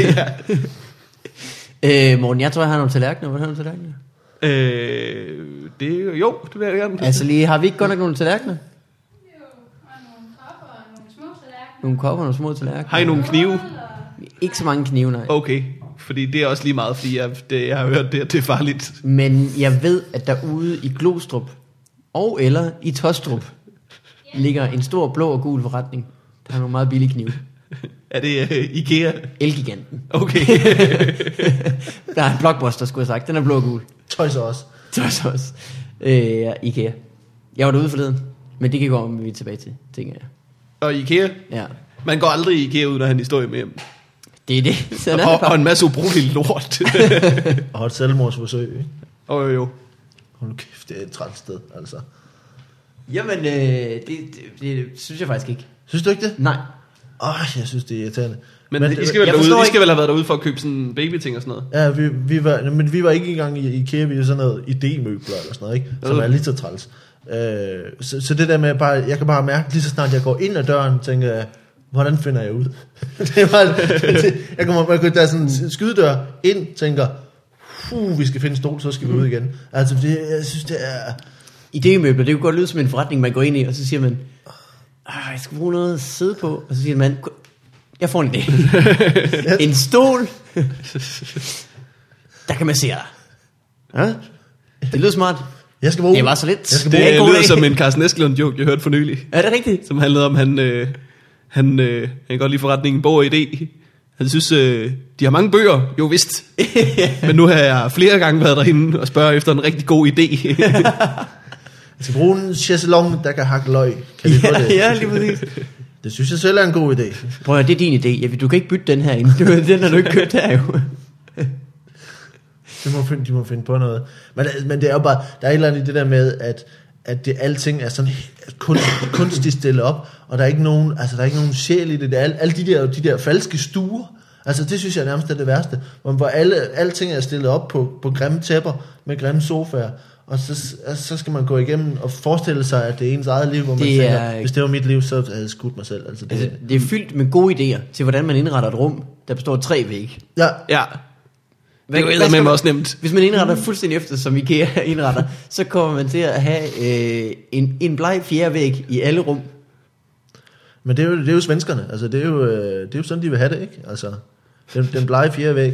øh, Morten, jeg tror, jeg har nogle tallerkener. Hvad har du nogle tallerkener? øh, det er jo, jo, det vil jeg gerne. Altså lige, har vi ikke godt nok nogle tallerkener? Jo, og nogle kopper og nogle små tallerkener. Nogle kopper og nogle små tallerkener? Har I nogle knive? Ikke så mange knive, nej. Okay, fordi det er også lige meget, fordi jeg, det, jeg har hørt, det, det er farligt. Men jeg ved, at derude i Glostrup og eller i Tostrup ligger en stor blå og gul forretning. Der har nogle meget billige knive. Er det uh, Ikea? Elgiganten. Okay. Der er en Blockbuster, skulle jeg have sagt. Den er blå og gul. Toys R Us. Det var så også. Øh, ja, Ikea. Jeg var derude forleden. Men det kan gå om, vi er tilbage til, tænker jeg. Og Ikea? Ja. Man går aldrig i Ikea uden at have en historie med hjem. Det er det. Sådan er Og, det bare. og en masse ubrugelig lort. Og et selvmordsforsøg, ikke? Og jo, jo. Hold nu kæft, det er et træt sted, altså. Jamen, øh, det, det, det synes jeg faktisk ikke. Synes du ikke det? Nej. Åh, oh, jeg synes, det er irriterende. Men, men I, skal vel jeg derude, forstår I skal ikke- vel have været derude for at købe sådan babyting og sådan noget. Ja, vi, vi var, men vi var ikke engang i IKEA, vi var sådan noget idémøbler eller sådan noget, ikke? Som Øh. er lidt så træls. Øh, så, så det der med, bare, jeg kan bare mærke, lige så snart jeg går ind ad døren, tænker jeg, hvordan finder jeg ud? det er bare, det, jeg kommer, man kan, der er sådan en skydedør ind, tænker, puh, vi skal finde en stol, så skal vi ud igen. Altså, det, jeg synes, det er... Idémøbler, det kunne godt lyde som en forretning, man går ind i, og så siger man, "Ah, jeg skal bruge noget at sidde på. Og så siger man, jeg får en idé. En stol. Der kan man se dig. Ja? Det lyder smart. Jeg skal bruge Det var så lidt. Jeg skal Det bruge, er en god lyder dag. som en Carsten Eskelund joke, jeg hørte for nylig. Er det rigtigt? Som handlede om, han, øh, han, øh, han kan godt lide forretningen Bog og Idé. Han synes, øh, de har mange bøger, jo vist. Men nu har jeg flere gange været derinde og spørger efter en rigtig god idé. jeg skal bruge en chaiselong, der kan hakke løg. Kan vi få Ja, det? ja, lige præcis. Det synes jeg selv er en god idé. Prøv at, det er din idé. Ja, du kan ikke bytte den her ind. Du- Den har du ikke købt her, jo. De må finde, de må finde på noget. Men, men det er jo bare, der er et eller andet i det der med, at, at det, alting er sådan helt kunst, kunstigt stillet op, og der er ikke nogen, altså der er ikke nogen sjæl i det. det er alle, alle de der, de der falske stuer, altså det synes jeg nærmest er det værste, hvor alle, alting er stillet op på, på grimme tæpper, med grimme sofaer, og så, altså, så skal man gå igennem og forestille sig, at det er ens eget liv, hvor man Det tænker, er- hvis det var mit liv, så havde jeg skudt mig selv. Altså, det, Altså, det er fyldt med gode idéer til, hvordan man indretter et rum, der består af tre vægge. ja, Ja, Hvad, det er jo hvad skal eddermame man- også nemt. Hvis man indretter fuldstændig efter, som IKEA indretter, så kommer man til at have øh, en, en bleg fjerde væg i alle rum. men det er jo, det er jo svenskerne, altså det er jo, øh, det er jo sådan, de vil have det, ikke? Altså, den, den blege fjerde væg.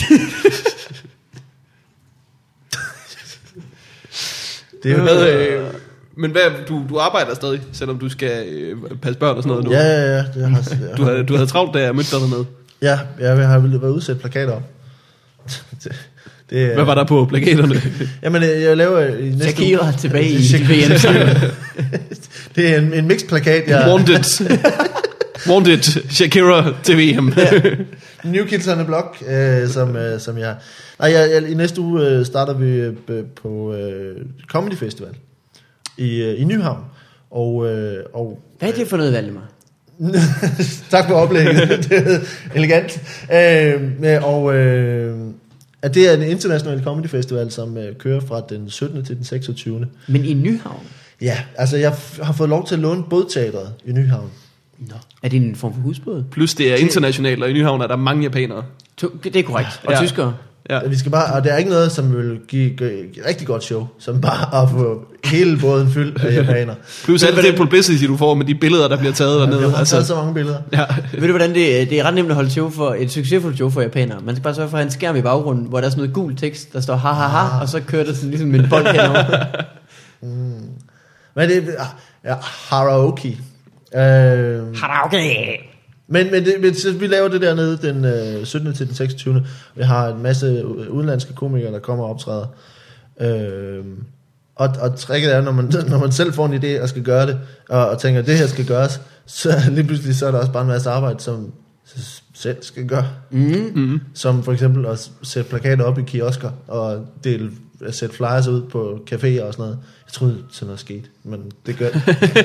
Det er jo, Hvad, øh, men hvad, du, du arbejder stadig, selvom du skal øh, passe børn og sådan noget nu. ja, ja, ja, det har, jeg Du havde, du havde travlt, da jeg mødte dig dernede. ja, jeg har været ude at sætte plakater op. det, det, er- Hvad var der på plakaterne? Jamen, jeg, jeg laver i næste Shakira tilbage i Shakira. V M. Det er en, en mixed-plakat, jeg... Wanted. Wanted. Shakira til V M. New Kids on the Block, øh, som, øh, som jeg... Nej, jeg, jeg, i næste uge øh, starter vi øh, på øh, Comedy Festival i, øh, i Nyhavn. Og, øh, og Hvad er det for noget, Valdemar? tak for oplægget. Det er elegant. Øh, og øh, at det er en international comedy festival, som øh, kører fra den syttende til den seksogtyvende Men i Nyhavn? Ja, altså jeg f- har fået lov til at låne bådteatret i Nyhavn. Nå. Er det en form for husbåd? Plus det er internationalt, og i Nyhavn er der mange japanere. To, det, det er korrekt. Og Ja. tyskere? Ja. Ja. Vi skal bare, og der er ikke noget, som vil give give et rigtig godt show, som bare at få hele båden fyldt af japanere. Plus alt det publicity, du får med de billeder, der bliver taget Vi dernede. har Altså, taget så mange billeder. ja. Ved du hvordan det, det er ret nemt at holde show for et succesfuldt show for japanere. Man skal bare sørge for at have en skærm i baggrunden, hvor der er sådan noget gul tekst, der står ha ha ha, og så kører det sådan ligesom en bold henover. Men det er ja, karaoke. Øh, Karaoke! men men, det, men så vi laver det dernede den øh, syttende til den seksogtyvende Vi har en masse udenlandske komikere, der kommer og optræder. Øh, og, og tricket er, når man, når man selv får en idé og skal gøre det, og, og tænker, at det her skal gøres, så lige pludselig så er der også bare en masse arbejde, som s- selv skal gøre. Mm. Mm. Som for eksempel at sætte plakater op i kiosker, og dele, at sætte flyers ud på caféer og sådan noget. Jeg troede, sådan noget skete, men det gør,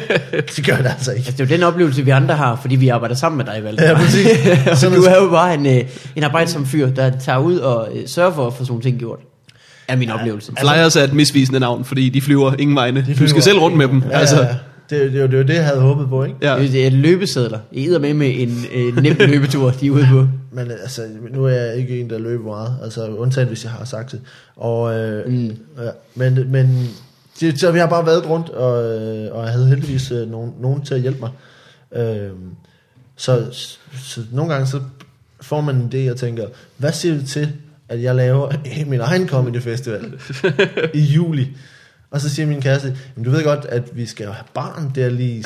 det gør det altså ikke. Altså, det er jo den oplevelse, vi andre har, fordi vi arbejder sammen med dig, Valter. Ja, præcis. Og Sådan du er- er jo bare en, øh, en arbejdsom fyr, der tager ud og øh, sørger for at få sådan nogle ting gjort. Er min oplevelse. Flyers er et misvisende navn, fordi de flyver ingen vegne. Du flyver- skal selv rundt med dem. Ja, Altså, ja. Det, det, det var det, jeg havde håbet på, ikke? ja. Det er løbesedler. I er med med en øh, nem løbetur, de er ude på. Men altså, nu er jeg ikke en, der løber meget. Altså, undtagen hvis jeg har sagt det. Og, øh, Mm. ja, men, men det, så vi har bare været rundt, og, øh, og jeg havde heldigvis øh, nogen, nogen til at hjælpe mig. Øh, så, så nogle gange så får man en idé og tænker, hvad siger du til, at jeg laver min egen comedy festival i juli? Og så siger min kæreste, men du ved godt, at vi skal jo have barn der lige,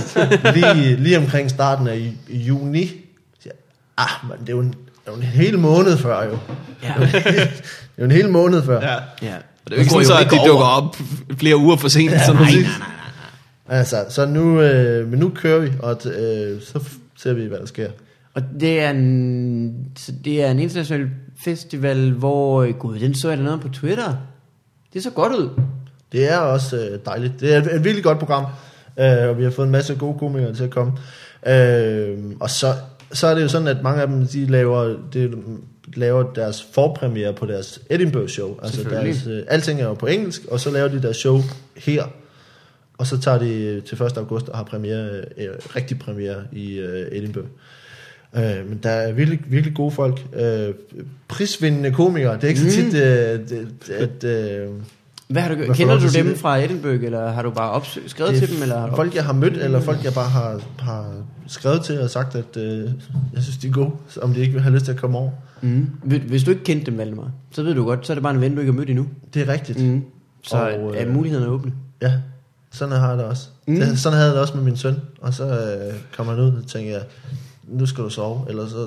lige, lige, lige omkring starten af i, i juni. Så siger jeg, ah, men det er jo en, det er jo en hel måned før jo. Ja. Det er jo en hel måned før. Ja. Ja. Og det er jo ikke går sådan, så, jo at ikke de over. dukker op flere uger for sent. Ja, Sådan Nej, noget. nej, nej, nej. Altså, så nu, øh, men nu kører vi, og øh, så f- ser vi, hvad der sker. Og det er en, så det er en international festival, hvor, øh, gud, den så jeg da noget på Twitter. Det så godt ud. Det er også øh, dejligt. Det er et, et virkelig godt program, øh, og vi har fået en masse gode komikere til at komme. Øh, og så, så er det jo sådan, at mange af dem, de laver, de laver deres forpremiere på deres Edinburgh show. Altså Selvfølgelig. deres, øh, alting er jo på engelsk, og så laver de deres show her. Og så tager de til første august og har premiere, øh, rigtig premiere i øh, Edinburgh. Øh, men der er virkelig, virkelig gode folk. Øh, prisvindende komikere. Det er ikke så tit, øh, det, at... Øh, Hvad har du, Hvad kender får lov du til at sige dem det? fra Edinburgh, eller har du bare opsøgt, skrevet det er til dem? Eller har du folk, jeg har mødt, eller folk, jeg bare har, har skrevet til og sagt, at øh, jeg synes, de er gode, om de ikke vil have lyst til at komme over. Mm. Hvis du ikke kendte dem, Valdemar, så ved du godt, så er det bare en ven, du ikke har mødt endnu. Det er rigtigt. Mm. Så Og, er øh, mulighederne åbne. Ja, sådan har jeg det også. Mm. Mm. Det, sådan havde jeg det også med min søn, og så øh, kom han ud og tænkte jeg, nu skal du sove, eller så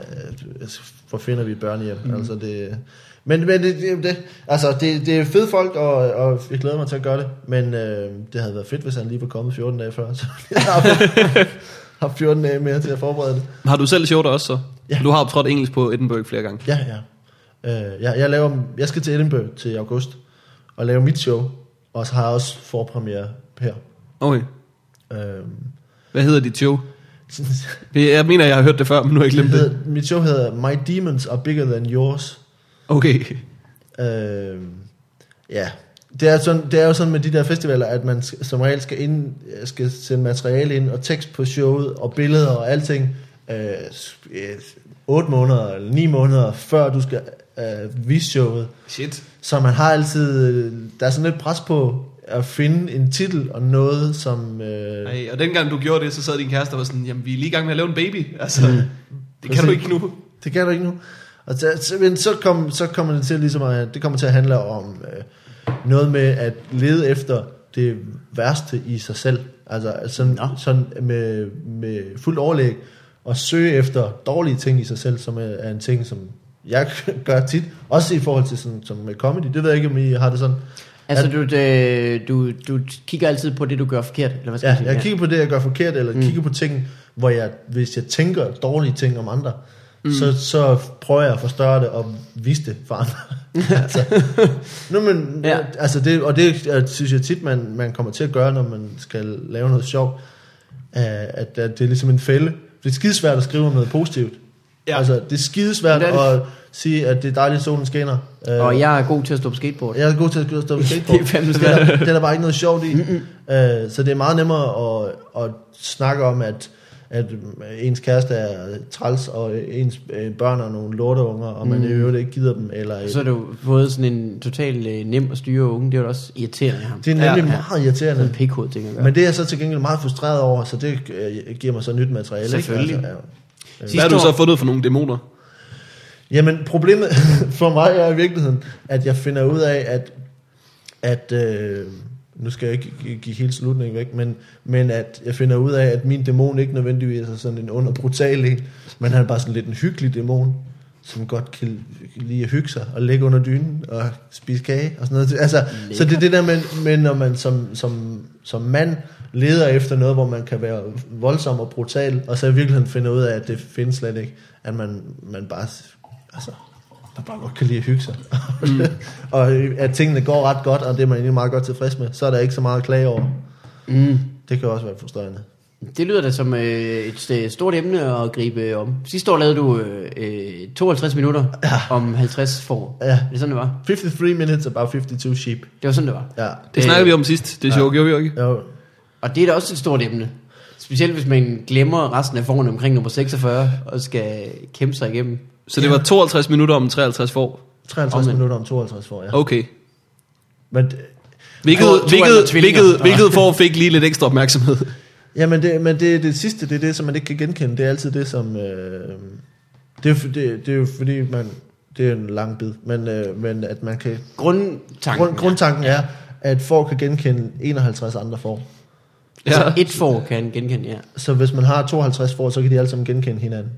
øh, forfinder vi et børnehjem. Mm. Altså det, men men det, det, det, altså det, det er fede folk, og, og jeg glæder mig til at gøre det, men øh, det havde været fedt, hvis han lige var kommet fjorten dage før, så jeg har haft fjorten dage mere til at forberede det. Har du selv show der også så? Ja. Du har optrådt engelsk på Edinburgh flere gange. Ja, ja. Øh, jeg, jeg, laver, jeg skal til Edinburgh til august, og lave mit show, og så har jeg også forpremiere her. Okay. Øh, Hvad hedder dit show? Jeg mener, jeg har hørt det før, men nu har jeg glemt det det. hedder, mit show hedder My Demons Are Bigger Than Yours. Okay. Øh, ja, det er, sådan, det er jo sådan med de der festivaler, at man sk- som regel skal, ind, skal sende materiale ind, og tekst på showet, og billeder og alting, øh, otte måneder eller ni måneder, før du skal øh, vise showet. Shit. Så man har altid, der er sådan lidt pres på at finde en titel og noget, som... Øh, Ej, og dengang du gjorde det, så sad din kæreste og var sådan, jamen vi er lige i gang med at lave en baby. Altså, Mm. det kan du ikke nu. Det kan du ikke nu. Og så, så, men så, kom, så kommer det til ligesom at, det kommer til at handle om øh, noget med at lede efter det værste i sig selv. Altså sådan, Nå. sådan med, med fuldt overlæg og søge efter dårlige ting i sig selv, som er, er en ting, som jeg gør tit. Også i forhold til sådan, som med comedy. Det ved jeg ikke, om I har det sådan. Altså, At- du, det, du, du kigger altid på det, du gør forkert, eller hvad skal Ja, man sige? jeg kigger på det, jeg gør forkert, eller Mm. mm. kigger på ting, hvor jeg, hvis jeg tænker dårlige ting om andre, mm. så, så prøver jeg at forstørre det og vise det for andre. altså, nu, men, Ja. ja. altså det, og det er, synes jeg tit, man, man kommer til at gøre, når man skal lave noget sjovt, at, at det er ligesom en fælde. Det er skidesvært at skrive om noget positivt. Ja. Altså, det er skidesvært Det er det. at sige, at det er dejligt, at solen skinner. Og jeg er god til at stå på skateboard. Jeg er god til at stå på skateboard. Det er fandme det, er der, det er der bare ikke noget sjovt i. Mm-hmm. Uh, så det er meget nemmere at, at snakke om, at, at ens kæreste er træls, og ens øh, børn er nogle lorteunger, og man Mm. i øvrigt ikke gider dem. Eller, Så er det jo fået sådan en total øh, nem at styre unge. Det er jo også irriterende af ham. det er nemlig Ja. ja, meget Sådan en irriterende. pikhoved ting at gøre. Men det er jeg så til gengæld meget frustreret over, så det øh, giver mig så nyt materiale. Selvfølgelig. Ikke? Altså, ja. Hvad har du så fundet for nogle dæmoner? Jamen, problemet for mig er i virkeligheden, at jeg finder ud af, at, at øh, nu skal jeg ikke gi- give hele slutningen væk, men, men at jeg finder ud af, at min dæmon ikke nødvendigvis er sådan en ond og brutal en, men han er bare sådan lidt en hyggelig dæmon, som godt kan lide at hygge sig og ligge under dynen og spise kage og sådan noget. Altså, så det er det der med, med når man som, som, som mand leder efter noget, hvor man kan være voldsom og brutal, og så i virkeligheden finder ud af, at det findes slet ikke, at man, man bare, altså, der bare godt kan lide at hygge sig. Mm. Og at tingene går ret godt, og det er man egentlig meget godt tilfreds med, så er der ikke så meget at klage over. Mm. Det kan også være frustrerende. Det lyder da som øh, et stort emne at gribe om. Sidste år lavede du øh, tooghalvtreds minutter ja. om halvtreds får. Ja. Det er sådan, det var. femoghalvtreds minutes about femoghalvtreds sheep. Det var sådan, det var. Ja. Det snakkede vi om sidst. Det er sjovt, gjorde vi jo ikke? Jo. Og det er da også et stort emne. Specielt hvis man glemmer resten af forerne omkring nummer seksogfyrre og skal kæmpe sig igennem. Så det var tooghalvtreds minutter om treoghalvtreds får? treoghalvtreds Om, minutter om tooghalvtreds får, ja. Okay. Men, Hvilket, To- to hvilket, andre tvillinger. hvilket, hvilket får fik lige lidt ekstra opmærksomhed? ja, men det, men det, det sidste, det er det, som man ikke kan genkende. Det er altid det, som... Øh, det, er, det, det er jo fordi, man... Det er en lang bid, men, øh, men at man kan... Grundtanken. Grund, grundtanken er, at får kan genkende enoghalvtreds andre får. Ja. Så et får kan han genkende, ja. Så hvis man har tooghalvtreds får, så kan de alle sammen genkende hinanden.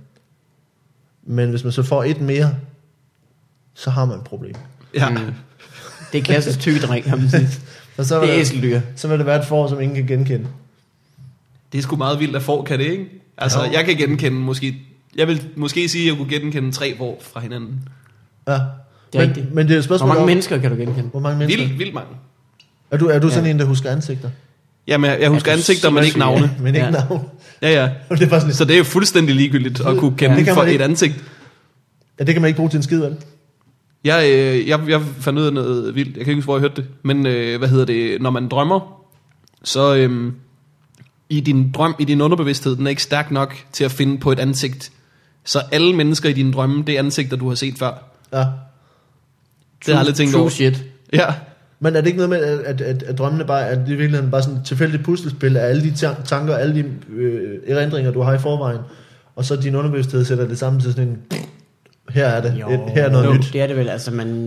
Men hvis man så får et mere, så har man et problem. Ja. Mm. Det er klassisk tykkedreng, kan man sige. Og så Det vil, er der, æseldyr. så vil det være et får, som ingen kan genkende. Det er sgu meget vildt, at får kan det, ikke? Altså, Jo. jeg kan genkende måske... Jeg vil måske sige, at jeg kunne genkende tre får fra hinanden. Ja. Det er men, rigtigt. men det er et Hvor spørgsmål mange om, mennesker kan du genkende? hvor mange mennesker. Vildt, vildt mange. Er du, er du sådan Ja. en, der husker ansigter? Jamen, jeg husker Er du ansigter, men ikke sindssyg, navne. Men ikke Ja. navn. Ja, ja. Det er bare sådan, Så det er jo fuldstændig ligegyldigt at kunne Ja, kende det kan for man et ikke. ansigt. ja, det kan man ikke bruge til en skid, vel? Jeg, øh, jeg, jeg fandt ud af noget vildt. Jeg kan ikke huske, hvor jeg hørte det. Men øh, hvad hedder det? Når man drømmer, så øh, i din drøm, i din underbevidsthed, den er ikke stærk nok til at finde på et ansigt. Så alle mennesker i dine drømme, det er ansigter, du har set før. Ja. Det har jeg aldrig tænkt True over. shit. Ja. Men er det ikke noget med, at, at, at, at drømmene bare, at det i virkeligheden bare sådan et tilfældigt puslespil af alle de tan- tanker, alle de øh, erindringer, du har i forvejen, og så din underbevidsthed sætter det sammen til sådan en, her er det, Jo, et, her er noget jo, nyt. det er det vel. Altså, man...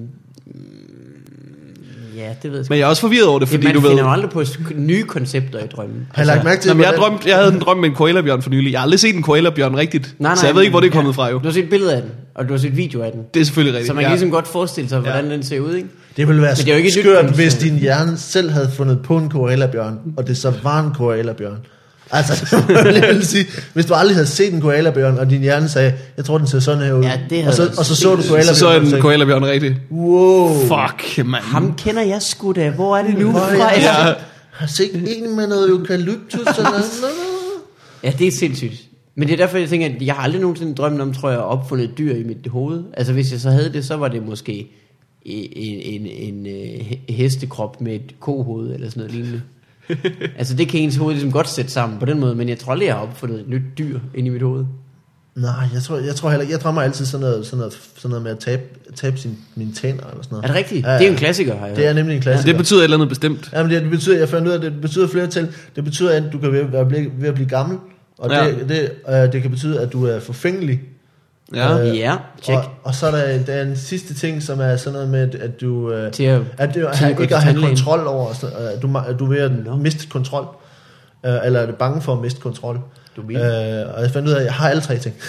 Ja, det ved jeg sgu. Men jeg er også forvirret over det, fordi man du ved... finder jo aldrig på sk- nye koncepter i drømmen. Har I lagt mærke til, Jamen, jeg, hvordan- drømte, jeg havde en drøm med en koalabjørn for nylig. Jeg har aldrig set en koalabjørn rigtigt. Nej, nej, så jeg ved ikke, hvor det er men- kommet fra jo. Du har set billeder af den, og du har set video af den. Det er selvfølgelig rigtigt. Så man kan ligesom godt forestille sig, hvordan den ser ud, ikke? Det ville være Men det er jo ikke et nyt skørt, koncept. hvis din hjerne selv havde fundet på en koalabjørn, og det så var en koalabjørn. Altså, jeg vil sige, hvis du aldrig havde set en koalabjørn, og din hjerne sagde, jeg tror, den ser sådan her ud. Ja, det havde og, så, været og så så du sindssygt. koalabjørn. Så så er og den sagde, koalabjørn rigtigt. wow. Fuck, mand. Ham kender jeg sgu da. Hvor er det nu Hvor er fra? jeg? Ja. Har set en med noget eukalyptus eller noget. Ja, det er sindssygt. Men det er derfor, jeg tænker, at jeg har aldrig nogensinde drømt om, tror jeg, at opfundet et dyr i mit hoved. Altså, hvis jeg så havde det, så var det måske en, en, en, en hestekrop med et kohoved eller sådan noget lignende. Altså, det kan ens hoved ligesom godt sætte sammen på den måde, men jeg tror aldrig, jeg har opfundet et nyt dyr ind i mit hoved. Nej, jeg tror, jeg tror heller ikke. Jeg drømmer altid sådan noget, sådan noget, sådan noget med at tabe, tabe sin, mine tænder eller sådan noget. Er det rigtigt? Ja, ja. Det er jo en klassiker, har jeg Det er hørt. nemlig en klassiker. Det betyder et eller andet bestemt. Jamen det, det betyder, jeg fandt ud af, det betyder flere til. Det betyder, at du kan være ved, ved at blive gammel. Og Ja. det, det, øh, det kan betyde, at du er forfængelig. Ja. Øh, Ja, check. Og, og så er der, der er en sidste ting, som er sådan noget med, at- at du... Øh, Til at, at du til har, at gå ikke til at have tandlægen. kontrol over, så, øh, du, ma- du er ved at Nå. miste kontrol. Øh, eller er du bange for at miste kontrol? Du Øh, vil. og jeg fandt ud af, at jeg har alle tre ting.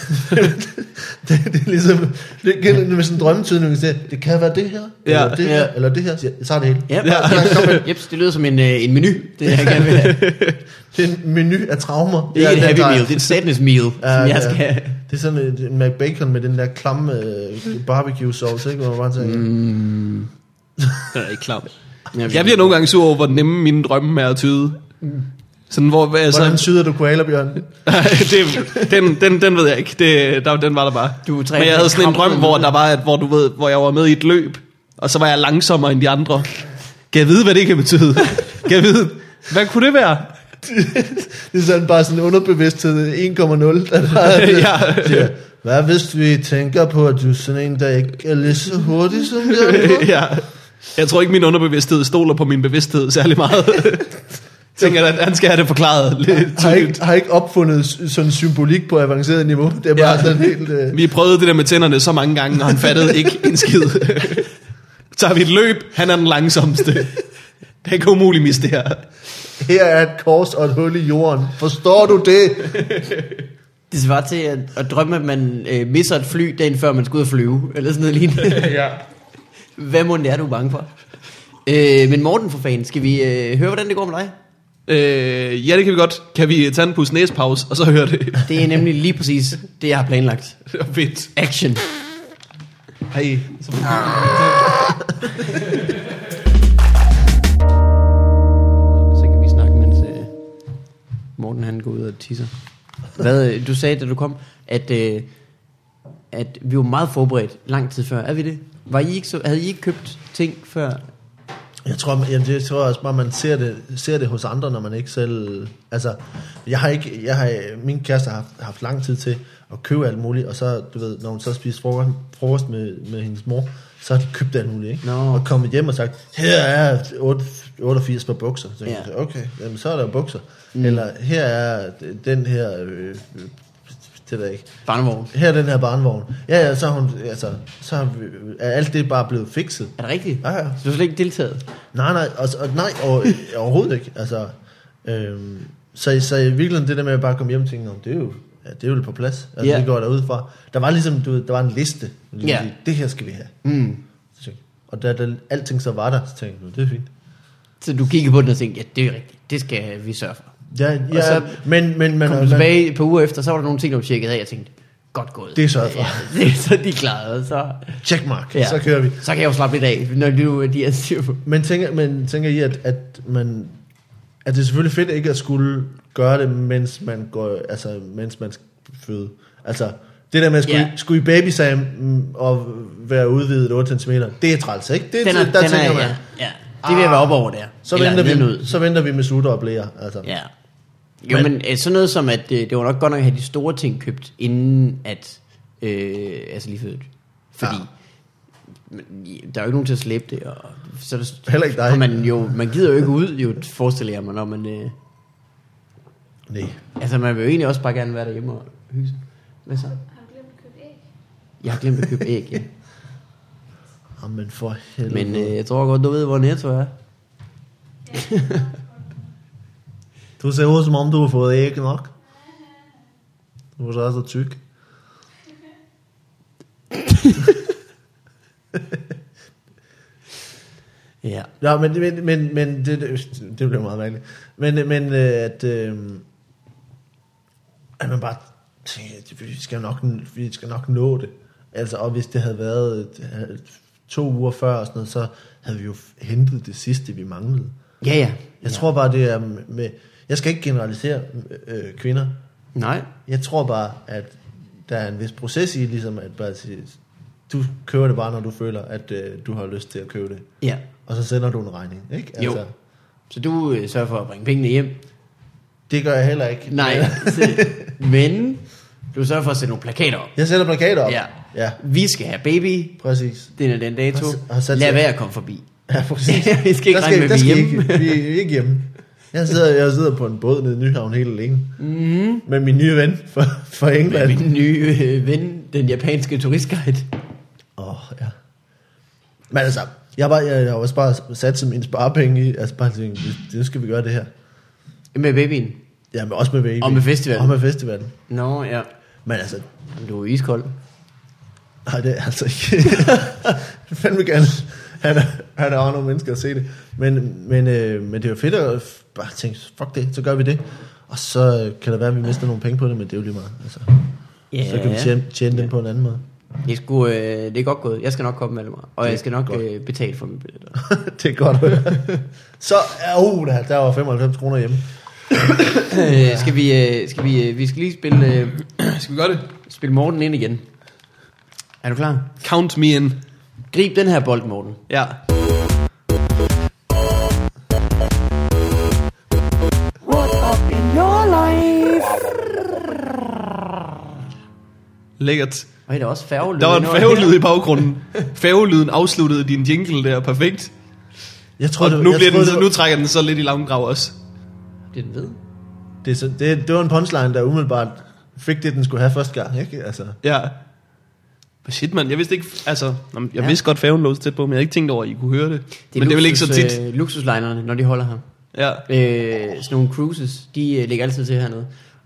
det, det er ligesom... Det er med sådan en drømmetydning, at det kan være det her, Ja. eller det her, Ja. eller det her. Så jeg tager det hele. Ja, Ja. ja. Jeps, det lyder som en, øh, en menu, det jeg gerne vil have. Det er en menu af traumer. Det er ikke den et happy der- meal, det er et sadness meal, som Ja, jeg ja. skal have. Det er sådan et, en McBacon med den der klamme øh, barbecue sauce, ikke? Hvor man bare tænker, Mm. Det er ikke klart. Jeg bliver nogle gange sur over, hvor nemme mine drømme er at tyde. Sådan, hvor, altså, hvordan syder du koalabjørn? det, den, den, den ved jeg ikke. Det, der, den var der bare. Du er trænet Men jeg havde sådan en krampe drøm, med hvor det. der var, at, hvor du ved, hvor jeg var med i et løb, og så var jeg langsommere end de andre. Kan jeg vide, hvad det kan betyde? Kan jeg vide, hvad kunne det være? Det er sådan bare sådan en underbevidsthed en komma nul. Der bare Ja. siger, hvad hvis vi tænker på, at du er sådan en, der ikke er lige så hurtig som jeg er? Ja. Jeg tror ikke, min underbevidsthed stoler på min bevidsthed særlig meget. Jeg tænker, at han skal have det forklaret lidt Har tydeligt. ikke, har ikke opfundet s- sådan symbolik på avanceret niveau. Det er bare Ja. sådan helt... Øh, Vi prøvede det der med tænderne så mange gange, og han fattede ikke en skid. Så har vi et løb, han er den langsomste. Det kan umuligt miste det her. her er et kors og et hul i jorden. Forstår du det? Det svarer til at, at drømme, at man øh, misser et fly dagen før man skal ud og flyve, eller sådan noget lignende. Ja. Hvad må det er, du er bange for? Øh, men Morten, for fanden, skal vi øh, høre, hvordan det går med dig? Øh, ja, det kan vi godt. Kan vi tage en pus næspause, og så høre det? Det er nemlig lige præcis det, jeg har planlagt. Det var fedt. Action. Hej. Så kan vi snakke, mens øh, Morten han går ud og tisser. Hvad, øh, du sagde, da du kom, at, øh, at vi var meget forberedt lang tid før. Er vi det? Var I ikke så, havde I ikke købt ting før? Jeg tror, jeg, jeg tror også bare, man ser det, ser det hos andre, når man ikke selv... Altså, jeg har ikke... Jeg har, min kæreste har haft, haft lang tid til at købe alt muligt, og så, du ved, når hun så spiser frokost, frokost med, med hendes mor, så har de købt alt muligt, ikke? Nå. Og kommet hjem og sagt, her er otteogfirs par bukser. Så Ja. jeg, okay, jamen, så er der bukser. Mm. Eller her er den her... Øh, det ved jeg ikke. Barnevogn. Her er den her barnevogn. Ja, ja, så har hun... Altså, så har vi, er alt det bare blevet fikset. Er det rigtigt? Ja, ja. Så du har slet ikke deltaget? Nej, nej, og, og, nej og, overhovedet ikke. Altså, øhm, så, så i virkeligheden det der med at bare komme hjem og tænke, det er jo, ja, det er jo på plads. Altså, Ja. det går derud fra. Der var ligesom, du ved, der var en liste. Ligesom, Ja. Det her skal vi have. Mm. Så tænkte jeg, og da, da alting så var der, så tænkte jeg, det er fint. Så du kiggede på den og tænkte, ja, det er rigtigt. Det skal vi sørge for. Ja, ja, så men, men, men, Kom du man, tilbage et par uger efter, så var der nogle ting, der var tjekket af. Jeg tænkte, godt gået. Det er sørget for. Ja, det, så de klarede, så, checkmark, Ja. så kører vi. så kan jeg jo slappe lidt af, når du de er styr på. Men tænker, men tænker I, at, at man... At det er selvfølgelig fedt ikke at skulle gøre det, mens man går, altså mens man skal føde. Altså det der med at skulle, Ja. yeah. skulle i babysam og være udvidet otte centimeter, det er træls, ikke? Det, Den er, der den er, tænker man, ja, ja. Det vil jeg være op over der. så Eller venter, nedenud. vi, så venter vi med sutter og blære. Altså. Ja. Jo, men, men øh, sådan noget som, at øh, det var nok godt nok at have de store ting købt, inden at, øh, altså lige født. Fordi, ja. der er jo ikke nogen til at slæbe det, og så er det, Heller ikke dig. og man, jo, man gider jo ikke ud, jo, forestiller jeg mig, når man, øh, Nej. altså man vil jo egentlig også bare gerne være derhjemme og hygge sig. Hvad så? Har du glemt at købe æg? Jeg har glemt at købe æg, ja. Jamen for helvede. Men øh, jeg tror godt, du ved, hvor Netto er. Du ser ud som om du har fået æg nok. Du er så også tyk. Ja. Ja, men, men, men, men det, det, det blev meget mærkeligt. Men, men øh, at, øh, at man bare tænker, at vi skal nok, vi skal nok nå det. Altså, og hvis det havde været øh, to uger før og sådan noget, så havde vi jo hentet det sidste, vi manglede. Ja, ja. Jeg ja. tror bare, det er med... Jeg skal ikke generalisere øh, kvinder. Nej. Jeg tror bare, at der er en vis proces i, ligesom at bare sige, du køber det bare, når du føler, at øh, du har lyst til at købe det. Ja. Og så sender du en regning, ikke? Jo. Så du øh, sørger for at bringe pengene hjem. Det gør jeg heller ikke. Nej. så- Men du sørger for at sætte nogle plakater op. Jeg sætter plakater op. Ja. Ja, Vi skal have baby. præcis. Den er den dato. Har s- har sat Lad sig- være at komme forbi. Ja, præcis. Vi skal ikke Der regne med, der at vi er skal hjemme. Ikke, vi er ikke hjemme. Jeg sidder, jeg sidder på en båd nede i Nyhavn helt alene. Mm-hmm. Med min nye ven fra, fra Med England. min nye øh, ven, den japanske turistguide. Åh, oh, ja. Men altså, jeg har, bare, jeg, jeg har også bare sat som en sparepenge i, altså bare tænkt, det skal vi gøre det her. Med babyen. Ja, men også med baby. Og med festivalen. Og med festivalen. Nå, ja. Men altså, Men du er iskold. nej, det er altså ikke. Jeg fandme gerne. Han er, han er også nogle mennesker at se det. Men, men, øh, men det er jo fedt at bare tænke, fuck det, så gør vi det. Og så kan det være, at vi mister nogle penge på det, men det er jo lige meget. Altså, Ja, så kan vi tjene, tjene dem på en anden måde. Det er, sgu, øh, det er godt gået. Jeg skal nok komme med mig. Og Det er jeg skal nok godt. øh, betale for mine billetter. Det er godt at høre. Så, uh, der, der var femoghalvfems kroner hjemme. øh, skal vi, øh, skal vi, øh, vi skal lige spille, øh, Skal vi gøre det? spille Morten ind igen. Er du klar? Count me in. Grib den her bold, Morten. Ja. What up in your life? Lækkert. Og der er også færgelyd. Der var en indover færgelyd her. i baggrunden. Færgelyden afsluttede din jingle der perfekt. Jeg tror, Og det, nu, jeg bliver troede, den, det, nu var, trækker den så lidt i langgrav også. Det er den ved. det, er så- det, det var en punchline, der umiddelbart fik det, den skulle have første gang. Ikke? Altså, Ja. Shit, mand. Jeg vidste ikke... Altså, nå, jeg Ja. vidste godt, færgen lå så tæt på, men jeg havde ikke tænkt over, at I kunne høre det. Det er men det er vel ikke så tit. Øh, luksuslinerne, når de holder her. Ja. Øh, sådan nogle cruises, de øh, ligger altid til hernede.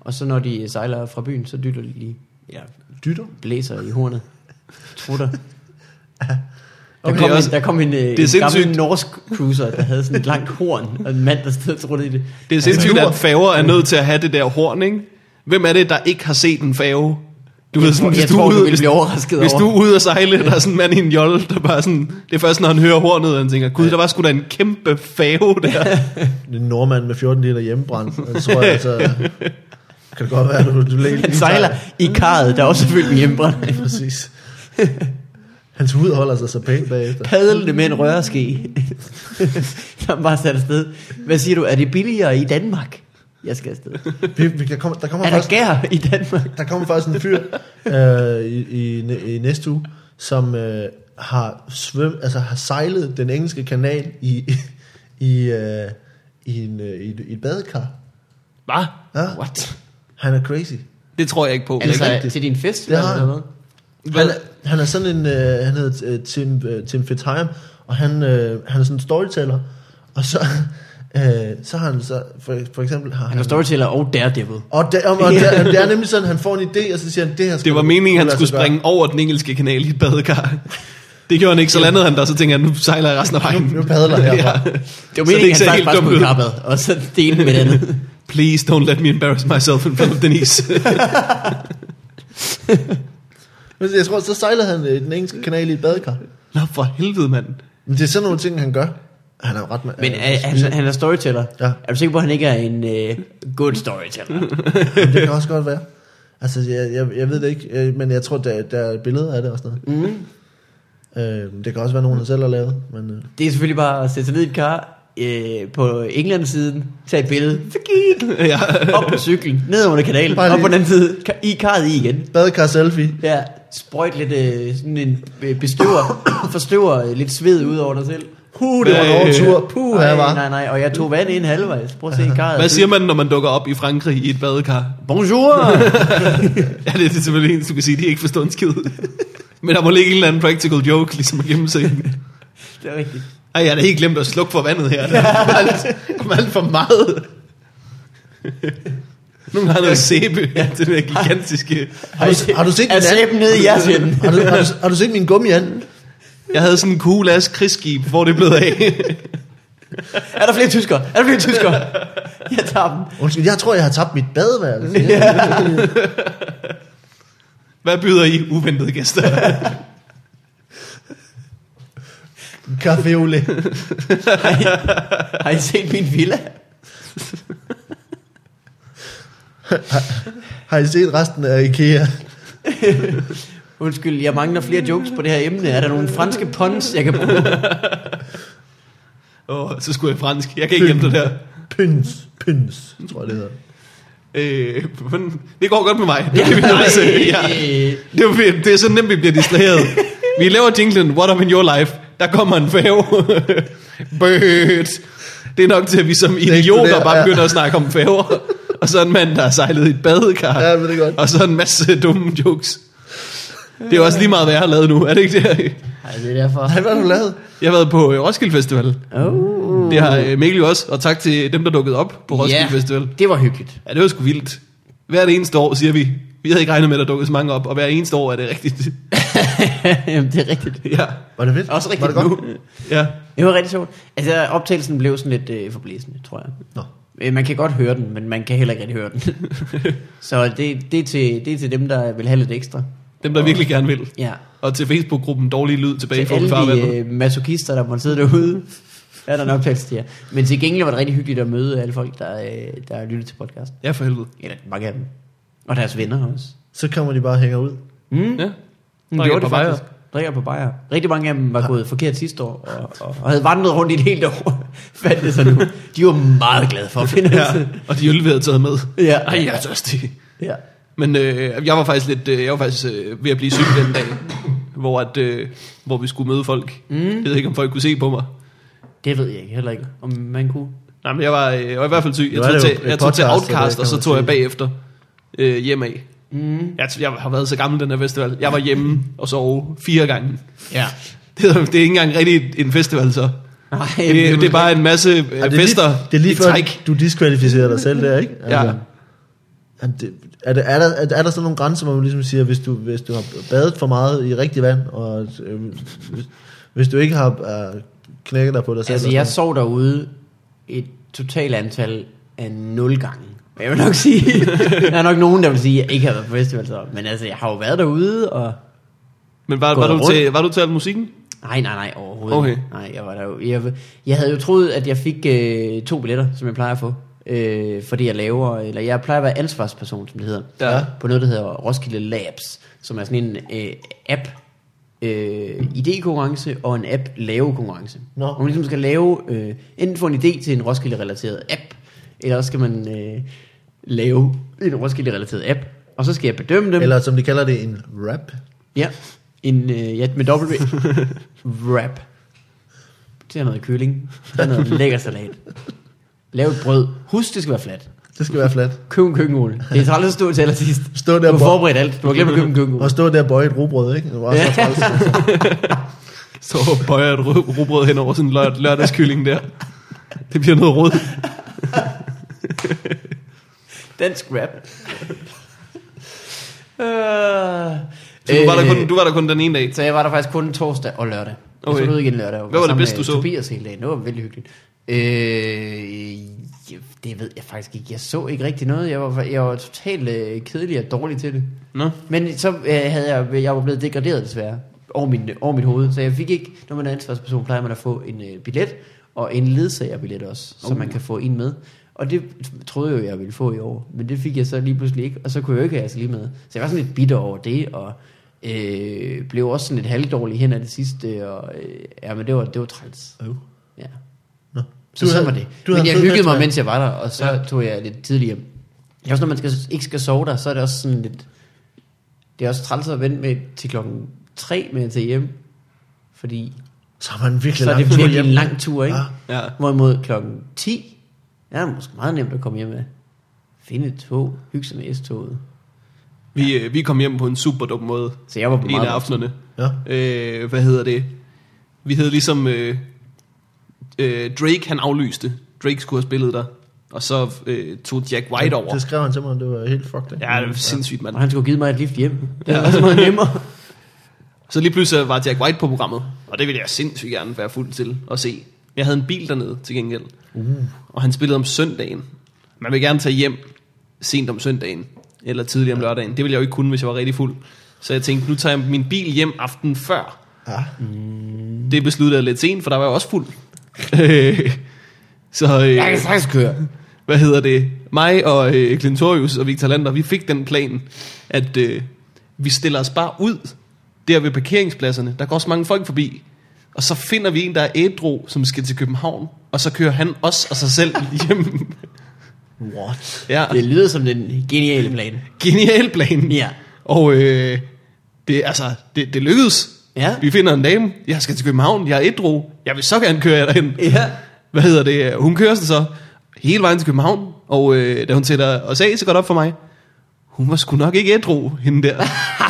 Og så når de sejler fra byen, så dytter de lige, ja, Dytter? blæser i hornet. Trutter. Der, Okay, kom også- en, der kom en, det er en gammel sindssygt. norsk cruiser, der havde sådan et langt horn, og en mand, der stod og truttede i det. Det er sindssygt, at færger er nødt til at have det der horn, ikke? Hvem er det, der ikke har set en færge? Du Jeg ved, tror- sådan, jeg hvis, du tror, er du ude, vil hvis, blive overrasket hvis over. du er ude at sejle, der er sådan en mand i en jolle, der bare sådan... Det er først, når han hører hornet, og han tænker, gud, der var sgu da en kæmpe færge der. Det er en nordmand med fjorten liter hjemmebrændt. Og så tror jeg, altså, kan det godt være, at du, du lægger Han sejler i karret, der er også fyldt med hjemmebrændt. Præcis. Hans hud holder sig så pænt bagefter. Padlende med en rørske. Der er bare sat afsted. Hvad siger du, er det billigere i Danmark? Jeg skal afsted. Vi, vi, der, kommer, der, kommer Er der faktisk, gær i Danmark? der kommer faktisk en fyr øh, i, i, i næste uge, som øh, har, svøm, altså, har sejlet den engelske kanal i, i, øh, i, en, øh, i, et, i et badekar. Hvad? Ja, What? han er crazy. Det tror jeg ikke på. Altså rigtigt. til din fest? Det har eller han. hvad? Han er, han er sådan en, øh, han hedder øh, Tim, øh, Tim Fitzheim, og han, øh, han er sådan en storyteller, og så, øh, så har han så, for, for eksempel har Han er storyteller og daredevil. og, det, og, og det, det er nemlig sådan, han får en idé, og så siger han, det her skal Det var du- meningen, han lade skulle sig gøre. springe over den engelske kanal i et badekar. Det gjorde han ikke, så landede han der, så tænker han, nu sejler jeg resten af vejen. Nu- nu padler jeg herfra. Det var Så meningen, ikke at ser han helt faktisk bare dumt skulle ud. i karpet, og så dele med det andet. Please don't let me embarrass myself in front of Denise. Men jeg tror, så sejlede han øh, den engelske kanal i et badekar. Nå, for helvede, mand. Men det er sådan nogle ting, han gør. Han er ret med. Men er, han, han er storyteller. Ja. Er du sikker på, at han ikke er en uh, good storyteller? Det kan også godt være. Altså, jeg, jeg, jeg ved det ikke, øh, men jeg tror, der, der er billeder af det og sådan noget. Mm. Øh, det kan også være nogen, der selv har lavet. Men, øh, Det er selvfølgelig bare at sætte sig ned i et kar øh, på England-siden, tage et billede, Fagik! Ja. Op på cyklen, ned under kanalen, Bare op lige- på den anden side, ka- i karret i igen. badekar selfie. Ja, sprøjt lidt øh, sådan en øh, bestøver, forstøver øh, lidt sved ud over dig selv. Puh, det var en Øh, overtur. Puh, her nej, var. nej, nej, og jeg tog vand ind halvvejs. Prøv at se karret. Hvad siger man, når man dukker op i Frankrig i et badekar? Bonjour! Ja, det er selvfølgelig en, du kan sige, de ikke forstår en skid. Men der må ligge en eller anden practical joke, ligesom at gemme sig i den. Det er rigtigt. Ej, jeg har da helt glemt at slukke for vandet her. Der kommer alt, kommer alt for meget. Nogle har noget sæbe. Ja, det der gigantiske. Har du, har du set Er min anden? sæben nede i jeres ende? Har du, har, du, har du set min gummiand? Jeg havde sådan en cool ass krigsskib, hvor det er blevet af. Er der flere tyskere? Er der flere tyskere? Jeg tager dem. Undskyld, jeg tror, jeg har tabt mit badeværelse. Hvad byder I uventede gæster? Café au lait. Har I, har I set min villa? Har I set resten af IKEA? Undskyld, jeg mangler flere jokes på det her emne. Er der nogle franske puns, jeg kan bruge? Åh, oh, så skulle jeg fransk. Jeg kan ikke hjemme det der. Pyns. Pyns, tror jeg det hedder. Øh, men det går godt med mig. Det, kan vi nødt til. Ja. Det, er, det er så nemt, vi bliver distraheret. Vi laver jinglen, What Up In Your Life. Der kommer en færge. Bødt. Det er nok til, at vi som idioter eksploderer, bare ja. begynder at snakke om færger. Og så en mand, der har sejlet i et badekar. Ja, men det er godt. Og så en masse dumme jokes. Det er også lige meget, hvad jeg har lavet nu. Er det ikke det? Nej, det er derfor. Nej, hvad har du lavet? Jeg har været på øh, Roskilde Festival. Oh. Det har øh, Mikkel jo også. Og tak til dem, der dukkede op på Roskilde Ja, Festival. det var hyggeligt. Ja, det var sgu vildt. Hvert eneste år, siger vi. Vi havde ikke regnet med, at der dukkede så mange op, og hver eneste år er det rigtigt. Jamen, det er rigtigt. Ja, Var det fedt? Også Var rigtigt det nu. godt? ja. Det var rigtig sjovt. Altså, optagelsen blev sådan lidt øh, forblæsende, tror jeg. Nå. Øh, Man kan godt høre den, men man kan heller ikke rigtig høre den. Så det, det, er til, det er til dem, der vil have lidt ekstra. Dem, der virkelig gerne vil. Ja. Og til Facebook-gruppen Dårlig Lyd tilbage Til fra alle de farvandet. øh, masochister, der måtte sidde derude, er der en optagelse til jer. Men til gengæld var det rigtig hyggeligt at møde alle folk, der, øh, der lytter til podcasten. Ja, for helvede. Eller mange af dem. Og deres venner også. Så kommer de bare og hænger ud. Mm. Ja. De Drikker gjorde på det bajer. faktisk. Drikker på bajer. Rigtig mange af dem var gået forkert sidste år, og, og, og havde vandret rundt i et helt år. Fandt det så nu. De var meget glade for at finde Ja, os. og de øl, vi havde taget med. Ja. Ej, jeg er tørstig. Ja. Men øh, jeg var faktisk lidt, øh, jeg var faktisk øh, ved at blive syg den dag, hvor, at, øh, hvor vi skulle møde folk. Mm. Jeg ved ikke, om folk kunne se på mig. Det ved jeg ikke heller ikke, om man kunne. Nej, men jeg var, øh, jeg var i hvert fald syg. Jeg Nu er tog, det jo til, et jeg tog til podcast, så Outcast, det og kan så man tog jeg sige. bagefter øh, hjem af. Mm. Jeg, jeg har været så gammel den her festival. Jeg var hjemme og sov fire gange. Ja. Det er, det er ikke engang rigtig en festival, så. Nej, Det, det er bare en masse øh, Ja, det er fester lige, det er lige i før, træk. du diskvalificerer dig selv der, ikke? Altså, Ja. Er, det, er, det, er, der, er, der, er der sådan nogle grænser, hvor man ligesom siger, hvis du, hvis du har badet for meget i rigtig vand, og øh, hvis, hvis du ikke har øh, knækket dig på dig selv? Altså, jeg sov derude et totalt antal af nul gange. Jeg vil nok sige, der er nok nogen, der vil sige, at jeg ikke har været på festival, så. Men altså, jeg har jo været derude, og... Men var, var, du til, var du til al musikken? Nej, nej, nej, overhovedet Okay. ikke. Nej, jeg var der jo. Jeg, jeg havde jo troet, at jeg fik øh, to billetter, som jeg plejer at få. Øh, fordi jeg laver, eller jeg plejer at være ansvarsperson, som det hedder. Ja. På noget, der hedder Roskilde Labs, som er sådan en øh, app, øh, idékonkurrence og en app lavekonkurrence. Nå. Hvor man ligesom skal lave, øh, enten få en idé til en Roskilde-relateret app, eller også skal man øh, lave en Roskilde-relateret app, og så skal jeg bedømme dem. Eller som de kalder det, en rap. Ja, en, øh, ja med W. Wrap. Det er noget kylling. Det er noget lækker salat. Lav et brød. Husk, det skal være fladt. Det skal være fladt. Køb en køkkenrulle. Det er træls at stå til allersidst. Stå der Du har og forberedt alt. Du har glemt at købe en køkkenrulle. Og stå der og bøje et rugbrød, ikke? Det var også træls. Så bøjer et rø- rugbrød hen over sådan en lør- lørdagskylling der. Det bliver noget rød. Dansk rap. øh, Så du var, der kun, du var der kun den ene dag. Så jeg var der faktisk kun torsdag og lørdag. Jeg Okay. så ud igen lørdag. Hvad var det bedste, du så? Tobias hele dagen. Det var vældig hyggeligt. Øh, ja, det ved jeg faktisk ikke. Jeg så ikke rigtig noget. Jeg var, jeg var totalt øh, kedelig og dårlig til det. Nå. Men så øh, havde jeg, jeg var blevet degraderet desværre over, min, over mit hoved. Så jeg fik ikke, når man er ansvarsperson, plejer man at få en øh, billet og en ledsagerbillet også, så Uh. man kan få en med. Og det troede jeg jo, jeg ville få i år. Men det fik jeg så lige pludselig ikke. Og så kunne jeg jo ikke have altså lige med. Så jeg var sådan lidt bitter over det, og øh, blev også sådan lidt halvdårlig hen af det sidste. Og, øh, ja, men det var, det var træls. Oh. Ja. Nå. Så Du sådan havde- var det. du Men havde jeg en fed hyggede mig, festival. mens jeg var der, og så ja. tog jeg lidt tidligt hjem. Ja, også når man skal, ikke skal sove der, så er det også sådan lidt... Det er også træls at vente med til klokken tre med at tage hjem. Fordi Så har man virkelig så er det lang tur virkelig hjem. en lang tur, ikke? Ja. Ja. Hvorimod klokken ti, ja, det er måske meget nemt at komme hjem med. Finde et tog, hygge sig med S-toget. Vi, øh, vi kom hjem på en super dum måde. Så jeg var på En meget af aftenerne. Ja. Øh, hvad hedder det? Vi havde ligesom... Øh, øh, Drake, han aflyste. Drake skulle have spillet der. Og så øh, tog Jack White over. Det skrev han til mig, det var helt fucked. ikke? Ja, det var sindssygt, mand. Og han skulle have givet mig et lift hjem. Det var så meget nemmere. Så lige pludselig var Jack White på programmet. Og det ville jeg sindssygt gerne være fuld til at se. Jeg havde en bil dernede til gengæld. Uh. Og han spillede om søndagen. Man vil gerne tage hjem sent om søndagen. Eller tidligt om lørdagen. Det ville jeg jo ikke kunne, hvis jeg var rigtig fuld. Så jeg tænkte, nu tager jeg min bil hjem aften før. Ja. Det besluttede jeg lidt sent, for der var jeg også fuld. Så øh, Jeg kan sagtens køre. hvad hedder det? Mig og øh, Clintorius og Victor Lander, vi fik den plan, at øh, vi stiller os bare ud der ved parkeringspladserne. Der går også mange folk forbi. Og så finder vi en, der er ædru, som skal til København. Og så kører han os og sig selv hjem. What? Ja, Det lyder som den geniale plan. genial plan. Ja. Og øh, det, altså, det, det lykkedes. Ja. Vi finder en dame. Jeg skal til København. Jeg er ædru. Jeg vil så gerne køre jer derhen. Ja. Hvad hedder det? Hun kører sig så hele vejen til København. Og øh, da hun sætter os af, så går det op for mig. Hun var sgu nok ikke ædru, hende der.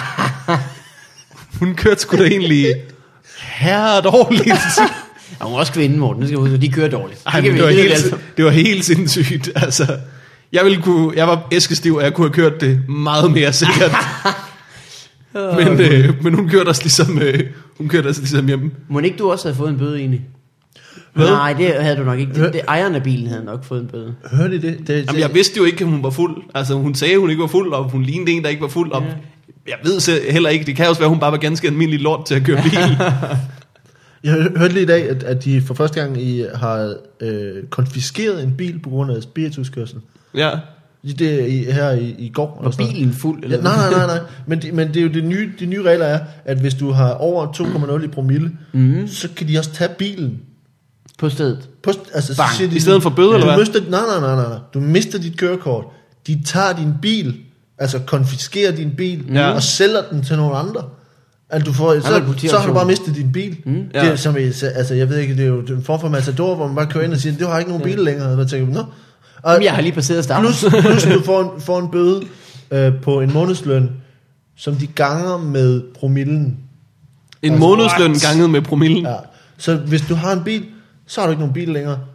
Hun kørte sgu da egentlig herre dårligt. Og hun er også kvinde, Morten. Det skal jeg huske, de kører dårligt. Ej, kan men vi- det, var ved vi helt, alle sammen. det var helt sindssygt. Altså, jeg, ville kunne, jeg var æskestiv, og jeg kunne have kørt det meget mere sikkert. men, øh, men hun kørte os ligesom, øh, hun kørte os ligesom hjemme. Må ikke du også have fået en bøde egentlig? Hvad? Nej, det havde du nok ikke. Det, det, ejeren af bilen havde nok fået en bøde. Hørte I det? det, det Jamen, jeg vidste jo ikke, at hun var fuld. Altså, hun sagde, at hun ikke var fuld, og hun lignede en, der ikke var fuld. Og Ja. jeg ved selv heller ikke, det kan også være, at hun bare var ganske almindelig lort til at køre bil. Jeg hørte lige i dag, at, at de for første gang i har øh, konfiskeret en bil på grund af spirituskørsel. Ja. Det er i, her i, i går. Var bilen fuld? Eller Ja, nej, nej, nej, nej. Men, de, men det er jo det nye, de nye regler er, at hvis du har over to komma nul i promille, mm. så kan de også tage bilen. På stedet. På, altså, Bang. så siger de, I stedet for bøde, du eller hvad? Mister, nej, nej, nej, nej, nej. Du mister dit kørekort. De tager din bil, altså konfiskerer din bil, Ja. og sælger den til nogle andre. Altså, du får, er det så, så har politiaktion. du bare mistet din bil. Mm. Det er Ja. som, i- altså, jeg ved ikke, det er jo en form for Matador, hvor man bare kører ind og siger, du har ikke nogen bil længere. Og der tænker du, nå. Og, Jamen, jeg har lige passeret starten. plus, plus du får en, får en bøde øh, på en månedsløn, som de ganger med promillen. En Altså, månedsløn what? ganget med promillen. Ja. Så hvis du har en bil, så har du ikke nogen bil længere.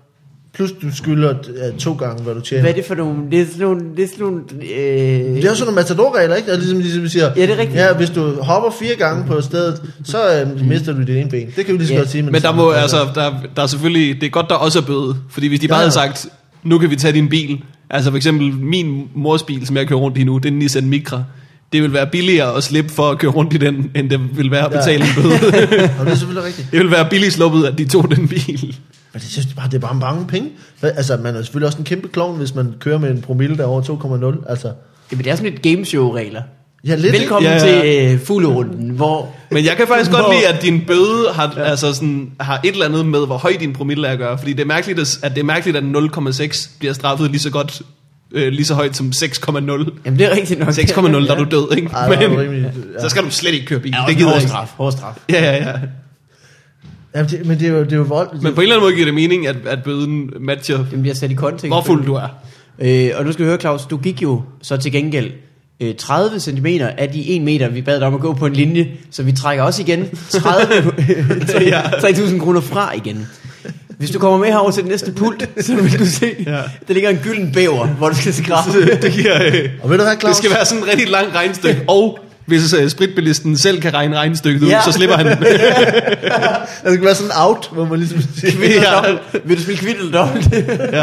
plus du skylder uh, to gange, hvad du tjener. Hvad er det for nogle... Det er sådan nogle... Det er sådan nogle øh... Det er jo sådan nogle matadorregler, ikke? Og ligesom, ligesom vi siger, Ja, det er rigtigt. Ja, hvis du hopper fire gange på stedet, så uh, mister du dit ene ben. Det kan vi lige så Ja. godt sige. Men der må altså, der, der er selvfølgelig, det er godt, der også er bøde. Fordi hvis de bare Ja, havde ja. sagt, nu kan vi tage din bil. Altså for eksempel min mors bil, som jeg kører rundt i nu, det er en Nissan Micra. Det vil være billigere at slippe for at køre rundt i den, end det vil være at betale en bøde. Og det er selvfølgelig rigtigt. Det vil være billigt sluppet, at de tog den bil. Men det, synes jeg bare, det er bare mange penge. Altså, man er selvfølgelig også en kæmpe klovn, hvis man kører med en promille, der er over to komma nul. Altså, Jamen, det er sådan et gameshow-regler. ja, lidt, Velkommen Ja, ja, ja. til øh, fuglerunden, hvor... Men jeg kan faktisk Hvor- godt lide, at din bøde har, ja. altså sådan, har et eller andet med, hvor høj din promille er at gøre. Fordi det er mærkeligt, at, at det er mærkeligt, at nul komma seks bliver straffet lige så godt, øh, lige så højt som seks komma nul. Jamen, det er rigtigt nok. seks komma nul, der er du død, ikke? Ej, det er Men, rimelig, ja. så skal du slet ikke køre bil. Ja, det gider jeg hård ikke. straf, hård straf. Ja, ja, ja. Jamen, det, men det er jo, det er jo vold. Men på en eller anden måde giver det mening, at, at bøden matcher, Den bliver sat i kontekst. hvor fuld du er. Øh, og nu skal du høre, Claus, du gik jo så til gengæld øh, tredive centimeter af de en meter, vi bad dig om at gå på en linje, så vi trækker også igen tredive Ja. tre tusind kroner fra igen. Hvis du kommer med herover til den næste pult, så vil du se, Ja. der ligger en gylden bæver, hvor du skal skrabbe. Det, giver, øh, Og ved du hvad, det Claus? skal være sådan et rigtig langt regnestykke. Og hvis uh, spritbilisten selv kan regne regnestykket ud, Ja. så slipper han den. Der skal være sådan en out, hvor man ligesom siger, Vil, Ja. vil du spille kvitt eller dobbelt? Ja.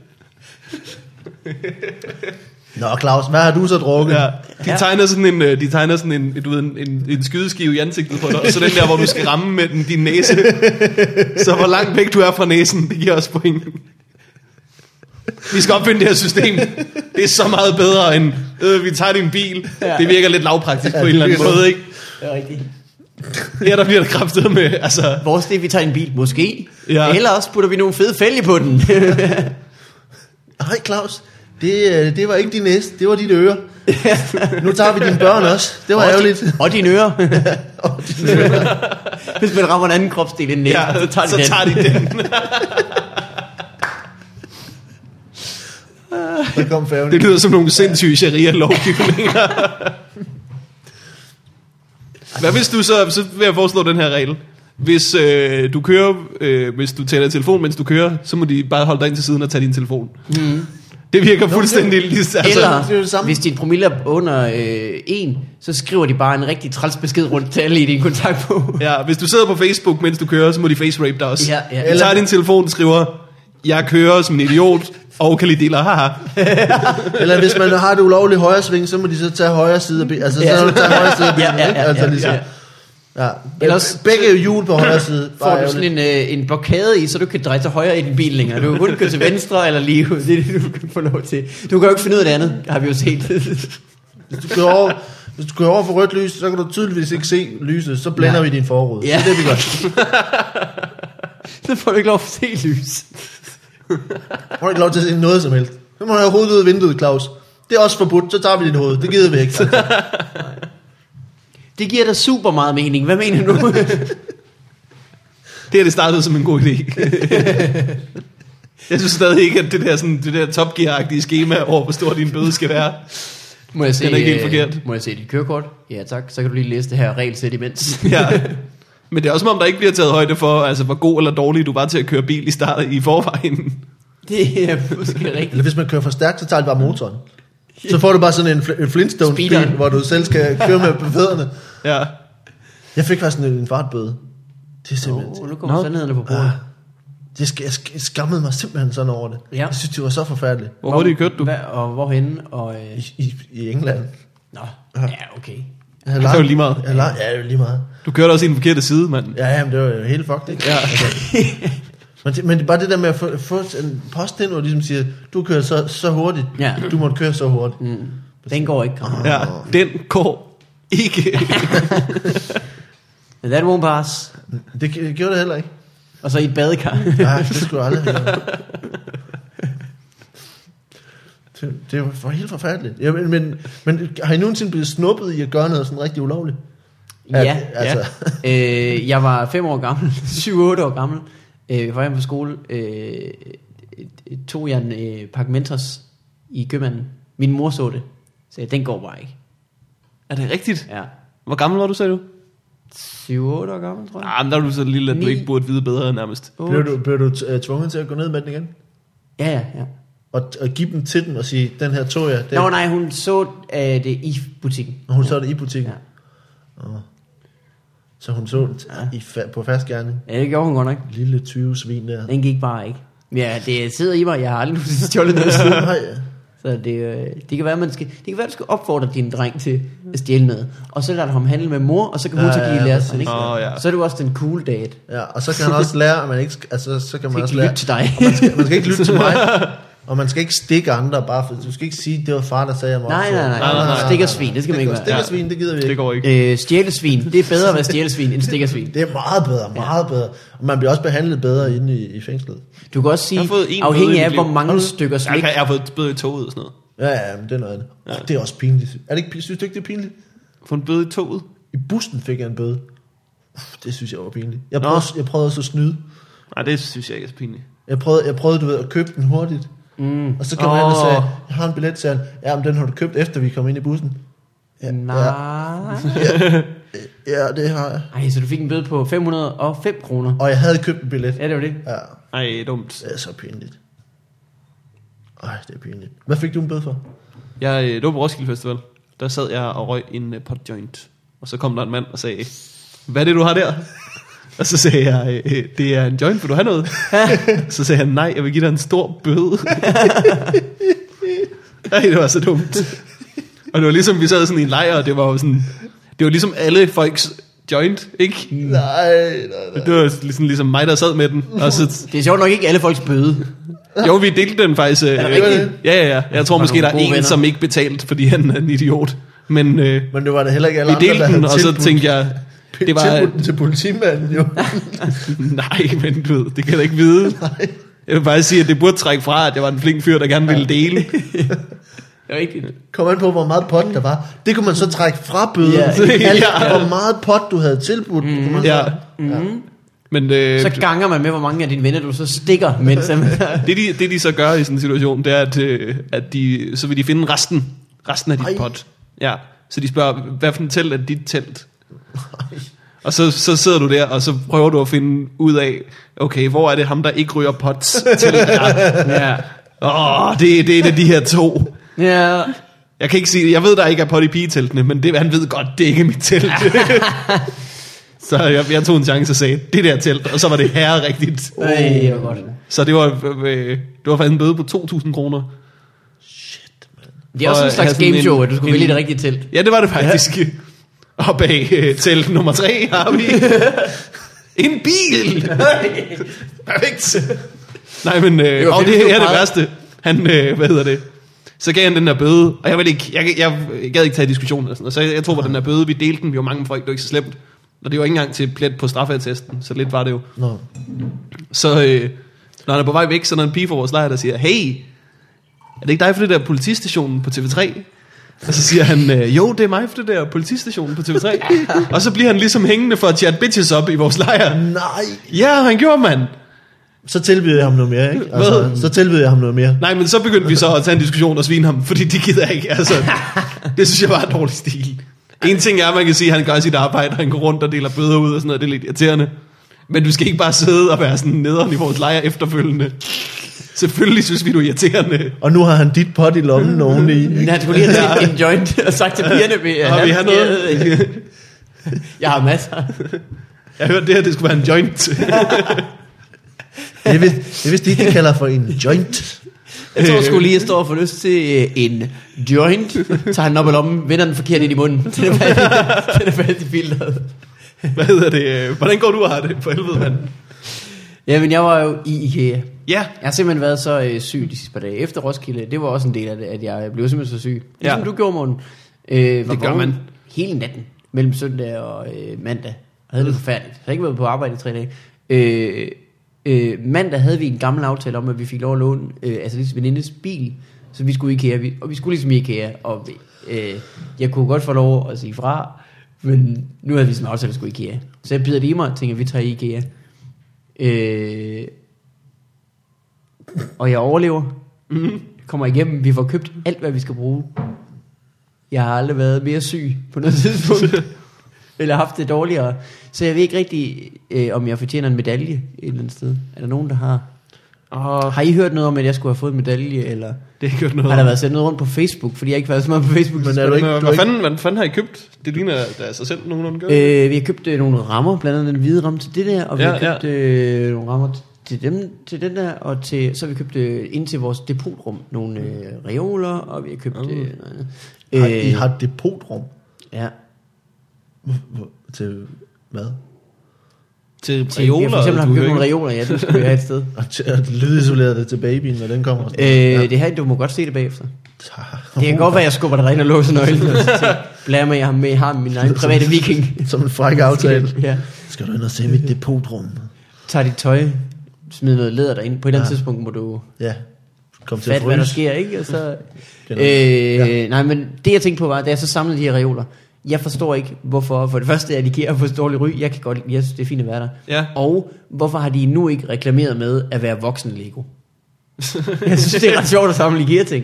Nå, Claus, hvad har du så drukket? Ja. De Ja. tegner sådan en, øh, de tegner sådan en, du ved, en, en, en skydeskive i ansigtet på dig, og så den der, hvor du skal ramme med den, din næse. Så hvor langt væk du er fra næsen, det giver os point. Vi skal opfinde det her system. Det er så meget bedre end, øh, vi tager din bil. Ja. Det virker lidt lavpraktisk Ja, på en det eller anden virker måde, ikke? Det er rigtigt. Her der bliver det kraftet med, altså... Vores det, vi tager en bil, måske. Ja. Ja. Eller også putter vi nogle fede fælge på den. Nej, Claus, det, øh, det var ikke din næse, det var dit øre. Nu tager vi dine børn også. Det var Og- ærgerligt. Og dine ører. Og dine øre. Hvis man rammer en anden kropsdel end næsen, Ja, så tager de så den. tager de den. Der kom færgen. Det lyder som nogle sindssyge sharia-lovgivninger. Hvad hvis du så, så vil jeg foreslå den her regel. Hvis øh, du kører, øh, hvis du taler i telefon, mens du kører, så må de bare holde dig ind til siden og tage din telefon. Mm. Det virker fuldstændig lige altså, Eller, det er jo det samme. hvis din promille er under øh, en, så skriver de bare en rigtig træls besked rundt til alle i din kontakt på. Ja, hvis du sidder på Facebook, mens du kører, så må de face rape dig også. Ja, ja. De tager din telefon og skriver, jeg kører som en idiot, og kan lide deler, haha. Eller hvis man har det ulovlige højre sving, så må de så tage højre side af bilen. Altså, så Ja. må de tage højre side af bilen, Ja, ja, ikke? ja, Altså, ja, ligesom. ja. Ja. Ellers- Begge hjul på højre side. Får Bare du sådan ærgerligt. en, øh, en blokade i, så du kan dreje til højre i din bil længere. Du kan kun køre til venstre eller lige ud. Det er det, du kan få lov til. Du kan jo ikke finde ud af det andet, har vi jo set. Hvis du kører over, hvis du kører over for rødt lys, så kan du tydeligvis ikke se lyset, så blænder Ja. vi din forrude. Ja. Det er det, vi gør. Så får du ikke lov at se lys. Du har ikke lov til at se noget som helst. Så må du have hovedet ud af vinduet, Claus. Det er også forbudt, så tager vi dit hoved. Det gider vi ikke. Det giver dig super meget mening. Hvad mener du? Det her, det startede som en god idé. Jeg synes stadig ikke, at det der, sådan, det der Top Gear-agtige schema over, hvor stor din bøde skal være. Må jeg se, Den er ikke helt øh, forkert. Må jeg se dit kørekort? Ja tak, så kan du lige læse det her regelsæt imens. Ja. Men det er også som om, der ikke bliver taget højde for, altså, hvor god eller dårlig du var til at køre bil i starten i forvejen. Det er måske rigtigt. Eller hvis man kører for stærkt, så tager det bare motoren. Så får du bare sådan en, fl- en Flintstones-bil, Speederen. hvor du selv skal køre med fødderne. Ja. Jeg fik faktisk en, en fartbøde. Det er simpelthen... Oh, nu kommer Nå. sandhederne på bordet. Ah, det skal, jeg, sk- jeg skammede mig simpelthen sådan over det. Ja. Jeg synes, det var så forfærdeligt. Hvor hurtigt kørte du? Hvad, og hvorhenne? Og, øh... I, i, i England. Nå, ja, okay. Jeg havde Det er jo lige meget. Jeg havde lejet- ja, det er jo lige meget. Du kørte også i den forkerte side, mand. Ja, jamen, det var jo helt fucked, ikke? Ja. Men, det, men det er bare det der med at få, få en post ind, hvor de ligesom siger, du kører så, så hurtigt. Ja. Du måtte køre så hurtigt. Mm. Den går ikke. Ja, den går ikke. That won't pass. Det, det gjorde det heller ikke. Og så i et badekar. Nej, det skulle jeg aldrig have gjort. Det, det var helt forfærdeligt. Ja, men, men, men har I nogensinde blevet snuppet i at gøre noget sådan rigtig ulovligt? At- Ja, altså, øh, jeg var fem år gammel, syv otte år gammel. Øh, jeg var hjemme på skole. Øh, tog jeg en øh, pakke Mentos i købmanden. Min mor så det. Så den går bare ikke. Er det rigtigt? Ja. Hvor gammel var du, sagde du? syv otte år gammel, tror jeg. Ah, men der er du så lille, at du Ni. ikke burde vide bedre nærmest. blev du, blev du uh, tvunget til at gå ned med den igen? Ja, ja, ja. Og, og give dem til dem og sige, den her tog jeg. Den. Nå nej, hun så uh, det i butikken. Og hun så det i butikken. Ja. Oh. Så hun så det i fa- på fast gerning. Ja, det gjorde hun godt nok. Lille tyve svin der. Den gik bare ikke. Ja, det sidder i mig. Jeg har aldrig stjålet noget siden. Nej, Så det, øh, det kan være, man skal, det kan være, du skal opfordre din dreng til at stjæle noget. Og så lader du ham handle med mor, og så kan hun Ja, så give ja, lære præcis. sig, ikke? Åh, ja. Så er du også den cool date. ja, og så kan han også lære, at man ikke skal, altså, så kan man Skal også ikke lære, lytte til dig. og man skal, man skal ikke lytte til mig, og man skal ikke stikke andre, bare for, du skal ikke sige, det var far, der sagde, jeg må Nej, nej, nej. nej, nej. Stikkersvin, det skal man ikke være. Stikkersvin, det gider vi ikke. Det går ikke. Øh, stjælesvin, det er bedre at være stjælesvin end stikkersvin. Det er meget bedre, meget bedre. Og man bliver også behandlet bedre inde i, i fængslet. Du kan også sige, Jeg har fået en bøde afhængig i af mit hvor liv. mange stykker Jeg, slik. kan, jeg har fået bøde i toget og sådan noget. Ja, ja, men det er noget andet. Oh, det er også pinligt. Er det ikke, synes du ikke, det er pinligt? Få en bøde i toget. I bussen fik jeg en bøde. Uff, det synes jeg var pinligt. Jeg prøvede, jeg prøvede også at snyde. Nej, det synes jeg ikke er så pinligt. Jeg prøvede, jeg prøvede du ved, at købe den hurtigt. Mm. Og så kom oh. han og Åh. sagde, jeg har en billet, sagde han. Ja, men den har du købt, efter vi kom ind i bussen. Ja, Nej. Ja, ja, det har jeg. Ej, så du fik en bøde på fem hundrede og fem kroner. Og jeg havde købt en billet. Ja, det var det. Ja, Ej, dumt. det er så pinligt. Ej, det er pinligt. Hvad fik du en bøde for? Jeg, øh, det var på Roskilde Festival. Der sad jeg og røg en uh, pot joint. Og så kom der en mand og sagde, hvad er det, du har der? Og så sagde jeg, øh, det er en joint, vil du have noget? Så sagde han, nej, jeg vil give dig en stor bøde. Ej, det var så dumt. Og det var ligesom, vi sad sådan i en lejr, og det var jo sådan, det var ligesom alle folks joint, ikke? Nej, nej, nej. Det var ligesom, ligesom mig, der sad med den. Og så, Det er sjovt nok ikke alle folks bøde. jo, vi delte den faktisk. Øh, det rigtigt? ja, ja, ja. Jeg tror var måske, nogle der er gode en, venner. som ikke betalte, fordi han er en idiot. Men øh, Men det var det heller ikke alle vi andre, delte der den, havde og så tilbudt- tænkte jeg, det var... tilbudt den til politimanden, jo. Nej, men du ved, det kan jeg da ikke vide. Jeg vil bare sige, at det burde trække fra, at det var en flink fyr, der gerne ville dele. Det er rigtigt. Kom an på, hvor meget pot der var. Det kunne man så trække fra bøden. Ja. Alt, Ja. hvor meget pot du havde tilbudt. Mm. Kunne man Ja. så, Mm-hmm. Men øh, Så ganger man med, hvor mange af dine venner, du så stikker, mens det, de, det de så gør i sådan en situation, det er, at, øh, at de, så vil de finde resten, resten af dit Ej. pot. Ja. Så de spørger, hvad for en telt er dit telt? Og så, så sidder du der, og så prøver du at finde ud af, okay, hvor er det ham, der ikke ryger pots til? ja. Åh, oh, det, det er et af de her to. Ja. Jeg kan ikke sige, jeg ved, der ikke er pot i pigeteltene, men det, han ved godt, det er ikke mit telt. Så jeg, jeg tog en chance og sagde, det der telt, og så var det herre rigtigt. Ej, det var godt. Så det var, øh, det var faktisk en bøde på to tusind kroner. Det er også Og en slags have sådan gameshow, en- at du skulle en- vælge det rigtige telt. Ja, det var det faktisk. Ja. Og bag øh, telt nummer tre har vi en bil. Perfekt. Nej, men øh, var og fedt, det du er det pegede. værste. Han, øh, hvad hedder det? Så gav han den der bøde, og jeg, vil ikke, jeg, jeg, jeg gad ikke tage diskussionen. Og sådan, noget. Så jeg, jeg tror, at den der bøde, vi delte den, vi var mange folk, det var ikke så slemt. Og det var ikke engang til plet på straffeattesten, så lidt var det jo. Nå. Så øh, når han er på vej væk, så er der en pige fra vores lejr, der siger, hey, er det ikke dig for det der politistationen på T V tre? Og så siger han, øh, jo, det er mig for det der politistationen på T V tre. Og så bliver han ligesom hængende for at chat bitches op i vores lejr. Nej. Ja, han gjorde, mand. Så tilbyder jeg ham noget mere, ikke? Altså, Hvad? så tilbyder jeg ham noget mere. Nej, men så begyndte vi så at tage en diskussion og svine ham, fordi de gider ikke. Altså, det synes jeg var en dårlig stil. En ting er, at man kan sige, at han gør sit arbejde, og han går rundt og deler bøder ud og sådan noget, det er lidt irriterende. Men du skal ikke bare sidde og være sådan nederen i vores lejr efterfølgende. Selvfølgelig synes vi, du er irriterende. Og nu har han dit pot i lommen nogen i. Men han skulle lige have taget en joint og sagt til pigerne, vil Har vi have noget? Jeg har masser. Jeg hørte det her, det skulle være en joint. Det er vist, det er vist det, de kalder for en joint. Jeg tror sgu lige, jeg står og får lyst til øh, en joint. Tager han den op i lommen, vender den forkert ind i munden. Den er færdig, den er færdig filtret. Hvad hedder det? Hvordan går du og har det? For helvede, mand. Jamen, jeg var jo i IKEA. Ja. Jeg har simpelthen været så øh, syg de sidste par dage. Efter Roskilde, det var også en del af det, at jeg blev simpelthen så syg. Ligesom Ja. du gjorde, Morten. Øh, var Det gør vågen man. hele natten, mellem søndag og øh, mandag. Og havde det forfærdeligt. Jeg har ikke været på arbejde i tre dage. Øh, øh, mandag havde vi en gammel aftale om, at vi fik lov at låne, øh, altså ligesom venindes bil, så vi skulle i IKEA, vi, og vi skulle ligesom i IKEA, og øh, jeg kunne godt få lov at sige fra, men nu havde vi sådan en aftale, at vi skulle i IKEA. Så jeg bider det i mig og tænker, at vi tager i IKEA. Øh, og jeg overlever. Mm-hmm. Kommer igennem, vi får købt alt, hvad vi skal bruge. Jeg har aldrig været mere syg på noget tidspunkt. Eller haft det dårligere. Så jeg ved ikke rigtig, øh, om jeg fortjener en medalje et eller andet sted. Er der nogen, der har? Og har I hørt noget om, at jeg skulle have fået en medalje, eller Det har jeg ikke hørt noget har der om. været sendt noget rundt på Facebook, fordi jeg ikke har været så meget på Facebook? Men er du ikke- Men, du hvad, ikke- fanden, hvad fanden har I købt? Det ligner der er sig selv nogenlunde gør. Øh, vi har købt øh, nogle rammer, blandt andet den hvide ramme til det der, og vi Ja, har købt øh, nogle rammer til dem, til den der, og til, så har vi købt øh, ind til vores depotrum nogle øh, reoler, og vi har købt... Øh, noget andet. Har, I Øh, har et depotrum ja, Hvor- til hvad? Til til, vi har for eksempel har vi købt nogle reoler, ja, det skulle vi have et sted. Og til at lydisolere det til babyen, når den kommer. Øh, det her, du må godt se det bagefter. Det kan godt være, at jeg skubber dig derind og låser nøglen, og så blærer med, at jeg har med har min egen private viking. Som en fræk aftale. Ja. Skal du ind og se mit depotrum? Tager dit tøj, smider noget læder derind. På et eller andet Ja. tidspunkt må du Ja. Kom til at fatte, hvad der fryse. sker, ikke? Og så, Genau. øh, ja. Nej, men det jeg tænkte på var, da jeg så samlede de her reoler, jeg forstår ikke, hvorfor. For det første er, at IKEA har fået dårlig ry. Jeg kan godt, jeg synes, det er fint at være der. Ja. Og hvorfor har de nu ikke reklameret med at være voksen Lego? Jeg synes, det er ret sjovt at samle IKEA-ting.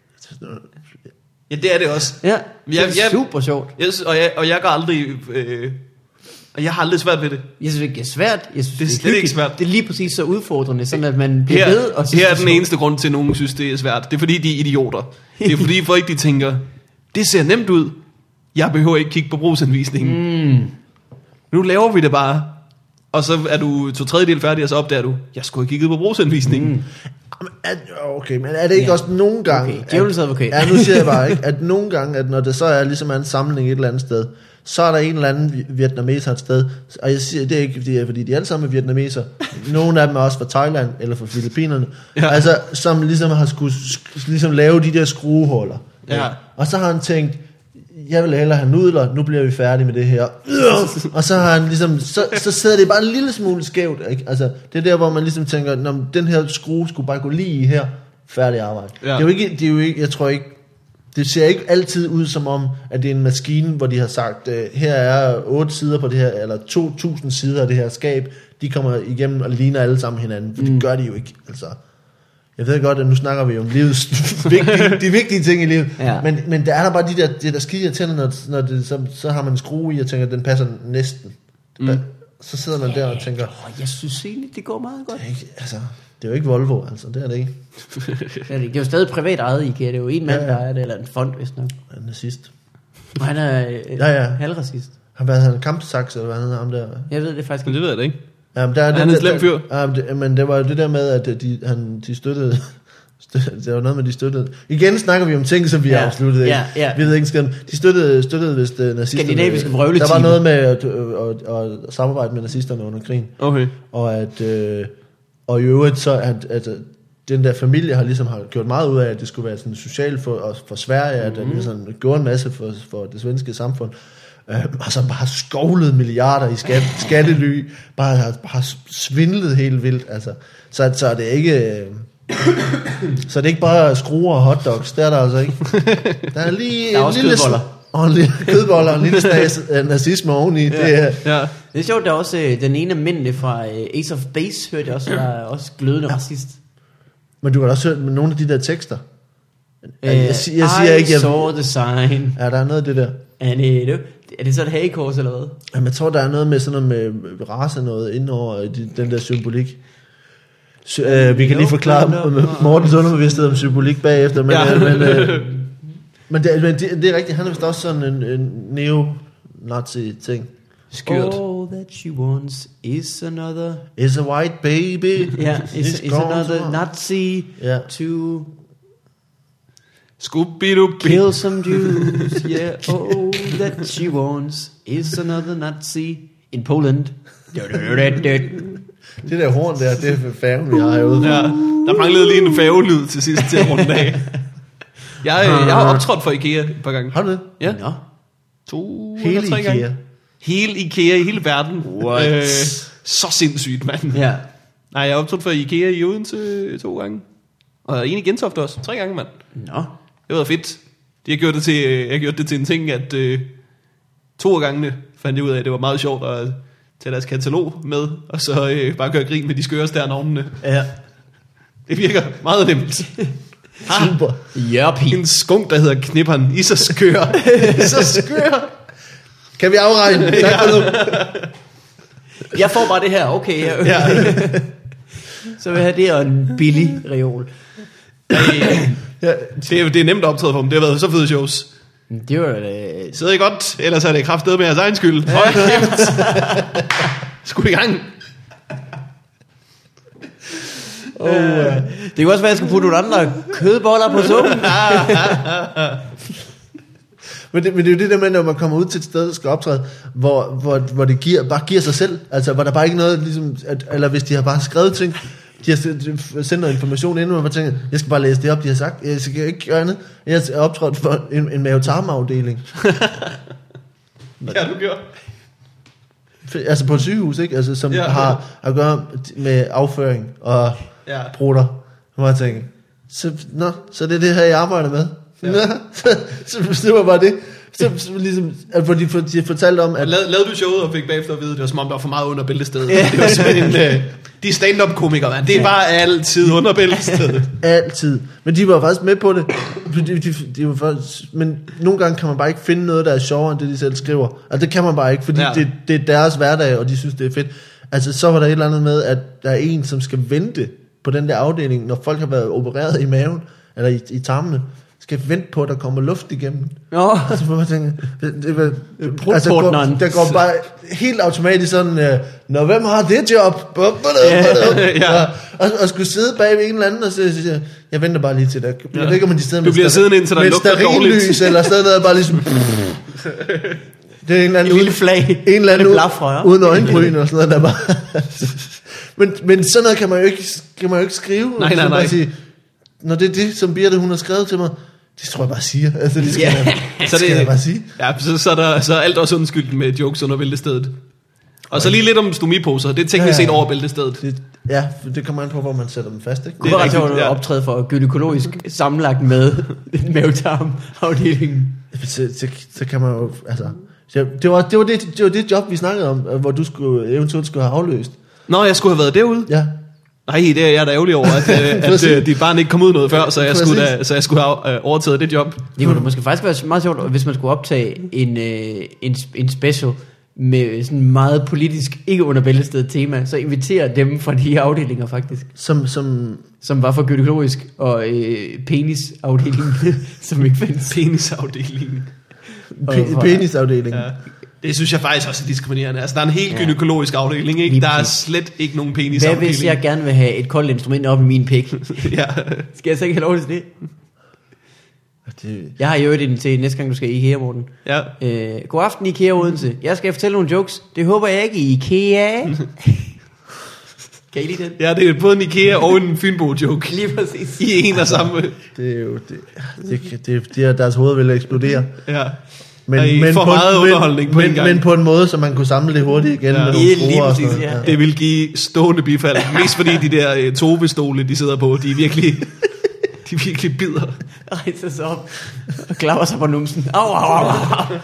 Ja, det er det også. Ja, det Ja, er ja. super sjovt. Jeg, synes- og, jeg, og jeg går aldrig... Øh, og jeg har aldrig svært ved det. Jeg synes ikke, det er svært. Jeg synes, Det er slet hyggeligt. ikke svært. Det er lige præcis så udfordrende, sådan at man bliver Her, ved. Og synes, her er det den sjovt. eneste grund til, at nogen synes, det er svært. Det er fordi, de er idioter. Det er fordi, folk de tænker, det ser nemt ud. Jeg behøver ikke kigge på brugsanvisningen. Mm. Nu laver vi det bare. Og så er du to tredjedel færdig, og så opdager du, jeg skulle have kigget på brugsanvisningen. Mm. Jamen, er- Okay, men er det ikke Ja. også nogle gange... Okay, djævelens advokat. Ja, nu siger jeg bare, ikke, at nogle gange, at når det så er ligesom er en samling et eller andet sted, så er der en eller anden vi- vietnameser et sted, og jeg siger, det er ikke fordi, fordi de alle sammen er vietnameser. Nogle af dem er også fra Thailand eller fra Filippinerne, Ja. ja. altså som ligesom har skulle sk- ligesom lave de der skruehuller. Ja. Og så har han tænkt, jeg vil hellere have nudler, nu bliver vi færdige med det her. Og så har han ligesom, så, så sidder det bare en lille smule skævt, ikke? Altså, det er der, hvor man ligesom tænker, når den her skrue skulle bare gå lige i her, færdig arbejde. Ja. Det er jo ikke, det er jo ikke, jeg tror ikke, det ser ikke altid ud som om, at det er en maskine, hvor de har sagt, øh, her er otte sider på det her, eller to tusind sider af det her skab, de kommer igennem og ligner alle sammen hinanden, for mm. det gør de jo ikke, altså. Jeg ved godt, at nu snakker vi om livets vigtige, de vigtige ting i livet, Ja. men, men der er der bare de der, det der skide irriterende, når, når det, så, så har man en skrue i, og tænker, at den passer næsten. Mm. Så sidder man der og tænker, Åh, jeg synes egentlig, det går meget godt. det er, ikke, altså, det er jo ikke Volvo, altså, det er det ikke. Det er, det. Det er jo stadig privat ejet IKEA. Det er jo en mand, Ja, ja, ja. der er det, eller en fond, hvis nok. Han er sidst. Og han er øh, Ja, ja. halvracist. Han var han kampsaks, eller hvad han hedder, ham der. Jeg ved det faktisk Men ikke. det ved jeg da ikke. Ja, men der er, Er den han en der- slem fyr? der- Ja, men det, men det var jo det der med, at de, han, de støttede... støttede- Det var noget med, de støttede... Igen snakker vi om ting, som vi Ja, har afsluttet. Ikke? ja, ja. Vi ved ikke, skal, de støttede, støttede vist uh, nazisterne. Skandinaviske Der vrøvleteam. var noget med at, øh, at, at, at samarbejde med nazisterne under krigen. Okay. Og at... Øh, og i øvrigt så, at, at den der familie har ligesom har gjort meget ud af, at det skulle være sådan socialt for, og for Sverige, at Mhm. den ligesom gjorde en masse for, for det svenske samfund. Øh, og så bare skovlet milliarder i skat, skattely, bare, har- bare svindlet helt vildt. Altså. Så, så er det ikke... Øh, så det er ikke bare skruer og hotdogs, det er der altså ikke. Der er lige Der er en også lille kødboller. sl- og en lille kødboller og en lille stas af nazisme oveni. Ja. Det er, Ja. Det er sjovt, der er også øh, den ene af mændene fra øh, Ace of Base, hørte jeg også, der er også glødende ja. racist. men du har da også hørt med nogle af de der tekster. Øh, jeg, jeg, siger- jeg siger I ikke, jeg, saw the sign. ja, der er noget af det der. Er det, er det så et hagekors eller hvad? Jamen, jeg tror, der er noget med sådan noget med race noget ind over de, den der symbolik. Sy- øh, vi kan lige forklare Mortens underbevidsthed om symbolik bagefter, men, Ja. øh, men, øh, men, det, men det, det er rigtigt, han er vist også sådan en, en neo-nazi ting. Skørt. All that she wants is another... Is a white baby. Ja, is, is gone another to- Nazi Ja. to Scooby-Doo. kill some Jews. Yeah, all that she wants is another Nazi in Poland. Det der horn der, det er færgen, vi har herude. Ja, der manglede lige en færgelyd til sidst til at runde af. Jeg, øh, jeg har optrådt for IKEA et par gange. Har du det? Ja, Nå. to Hele eller tre IKEA. gange. Hele IKEA i hele verden. What? Øh, så sindssygt, mand. Ja. Nej, jeg har optrådt for IKEA i Odense to gange. Og en i Gentofte også. Tre gange, mand. Nå. Det var fedt. De har gjort det til, jeg har gjort det til en ting, at øh, to af gangene fandt jeg ud af, at det var meget sjovt at tage deres katalog med, og så øh, bare gøre grin med de skøre stjernovnene. Ja. Det virker meget nemt. Super. Jørpi. En skunk, der hedder Knipperen. I så skør. I så skør. Kan vi afregne? Tak for nu. Jeg får bare det her. Okay. Ja. Ja. Så vil jeg have det og en billig reol. Ja, det, er, det er nemt at optræde for dem. Det har været så fede shows. Det var da... Sidder I godt? Ellers er det kraftedeme med jeres egen skyld. Hold kæft. Skud i gang. Oh, uh, det kan også være, at jeg skal putte nogle andre kødboller på suppen. Men det, men det er jo det der med, når man kommer ud til et sted, der skal optræde, hvor, hvor, hvor det giver, bare giver sig selv. Altså, hvor der bare ikke noget, ligesom, at, eller hvis de har bare skrevet ting, de har sendt noget information ind, og man tænker, jeg skal bare læse det op, de har sagt, jeg skal ikke gøre andet. Jeg har optrådt for en, en mavetarmafdeling. Ja, du gjorde. Altså på et sygehus, ikke? Altså, som Ja. har at gøre med afføring og Ja. brutter. Hvor jeg tænker, så, nå, så det er det her, jeg arbejder med. Ja. Ja. så, så, så det var bare det. Så, så ligesom, at hvor de, de fortalte om, at... Lav, lavede du showet og fik bagefter at vide, det var som om, der var for meget under bæltestedet. Yeah. Det var simpelthen... Uh, de stand-up-komikere, man. Det er bare altid under bæltestedet. Altid. Men de var faktisk med på det. De, de, de var faktisk, men nogle gange kan man bare ikke finde noget, der er sjovere, end det de selv skriver. Altså det kan man bare ikke, fordi Ja. det, det er deres hverdag, og de synes, det er fedt. Altså så var der et eller andet med, at der er en, som skal vente på den der afdeling, når folk har været opereret i maven, eller i, i tarmene, skal vente på, at der kommer luft igennem. Nå, Så får man tænke, det, det, det, altså, går, Portneren. der går bare helt automatisk sådan, øh, når hvem har det job? Ja. og, og, og skulle sidde bag ved en eller anden, og så siger jeg venter bare lige til der. Jeg Ja. ved ikke, om de steder Du bliver siddende indtil der med lugter dårligt. stearinlys, eller stedet der bare ligesom... Det er en eller anden en lille flag. en eller anden med ud, blafrør. uden øjenbryn og sådan noget, der bare... men, men sådan noget kan man jo ikke, kan man jo ikke skrive. Nej, Så nej, man nej. bare sige, når det er det, som Birte, hun har skrevet til mig, det tror jeg bare siger. Altså, det skal, Ja. jeg, det Så skal det- jeg bare sige. Ja, så, så, er der, så er alt også undskyldt med jokes under bæltestedet. Og så lige lidt om stomiposer. Det er teknisk Ja, ja. set over bæltestedet. Det, ja, for det kommer an på, hvor man sætter dem fast, ikke? Det var ret rigtigt, sjovt at ja. optræde for gynækologisk sammenlagt med mavetarmafdelingen. Så, så, så kan man jo, altså... Så det, var, det, var det, det var det job, vi snakkede om, hvor du skulle, eventuelt skulle have afløst. Nå, jeg skulle have været derude. Ja. Nej, det er jeg da ærgerlig over, at, øh, at Præcis. øh, de barn ikke kom ud noget før, så jeg Præcis. skulle, da, så jeg skulle have øh, overtaget det job. Det kunne da måske faktisk være meget sjovt, hvis man skulle optage en, øh, en, en special med sådan meget politisk, ikke under bæltestedet tema, så invitere dem fra de afdelinger faktisk, Som, som, som var for gynækologisk og øh, penisafdelingen, som ikke findes. Penisafdelingen. pe- penisafdeling. Ja. Det synes jeg faktisk også er diskriminerende. Altså, der er en helt Ja. gynækologisk afdeling, ikke? Lige Der er præcis. slet ikke nogen Hvad penisafdeling. hvis jeg gerne vil have et koldt instrument op i min pik? Ja. Skal jeg så ikke have lov til det? Det, Jeg har jo et ind til næste gang, du skal i IKEA, Morten. Ja. Øh, god aften, IKEA Odense. Jeg skal fortælle nogle jokes. Det håber jeg ikke i IKEA. Kan I lide den? Ja, det er både en IKEA og en Fynbo-joke. Lige præcis. I en og samme. det er jo... Det, det, det, det er, deres hoved vil eksplodere. Ja. Og I får meget underholdning på men, en gang. Men på en måde, så man kunne samle det hurtigt igen Ja. med nogle Ja, lige skruer og præcis, sådan noget. ja. Det vil give stående bifald. Mest fordi de der øh, Tove-stole, de sidder på, de er virkelig, de virkelig bider. Rejser sig op og klapper sig på numsen. Au, au, au, au.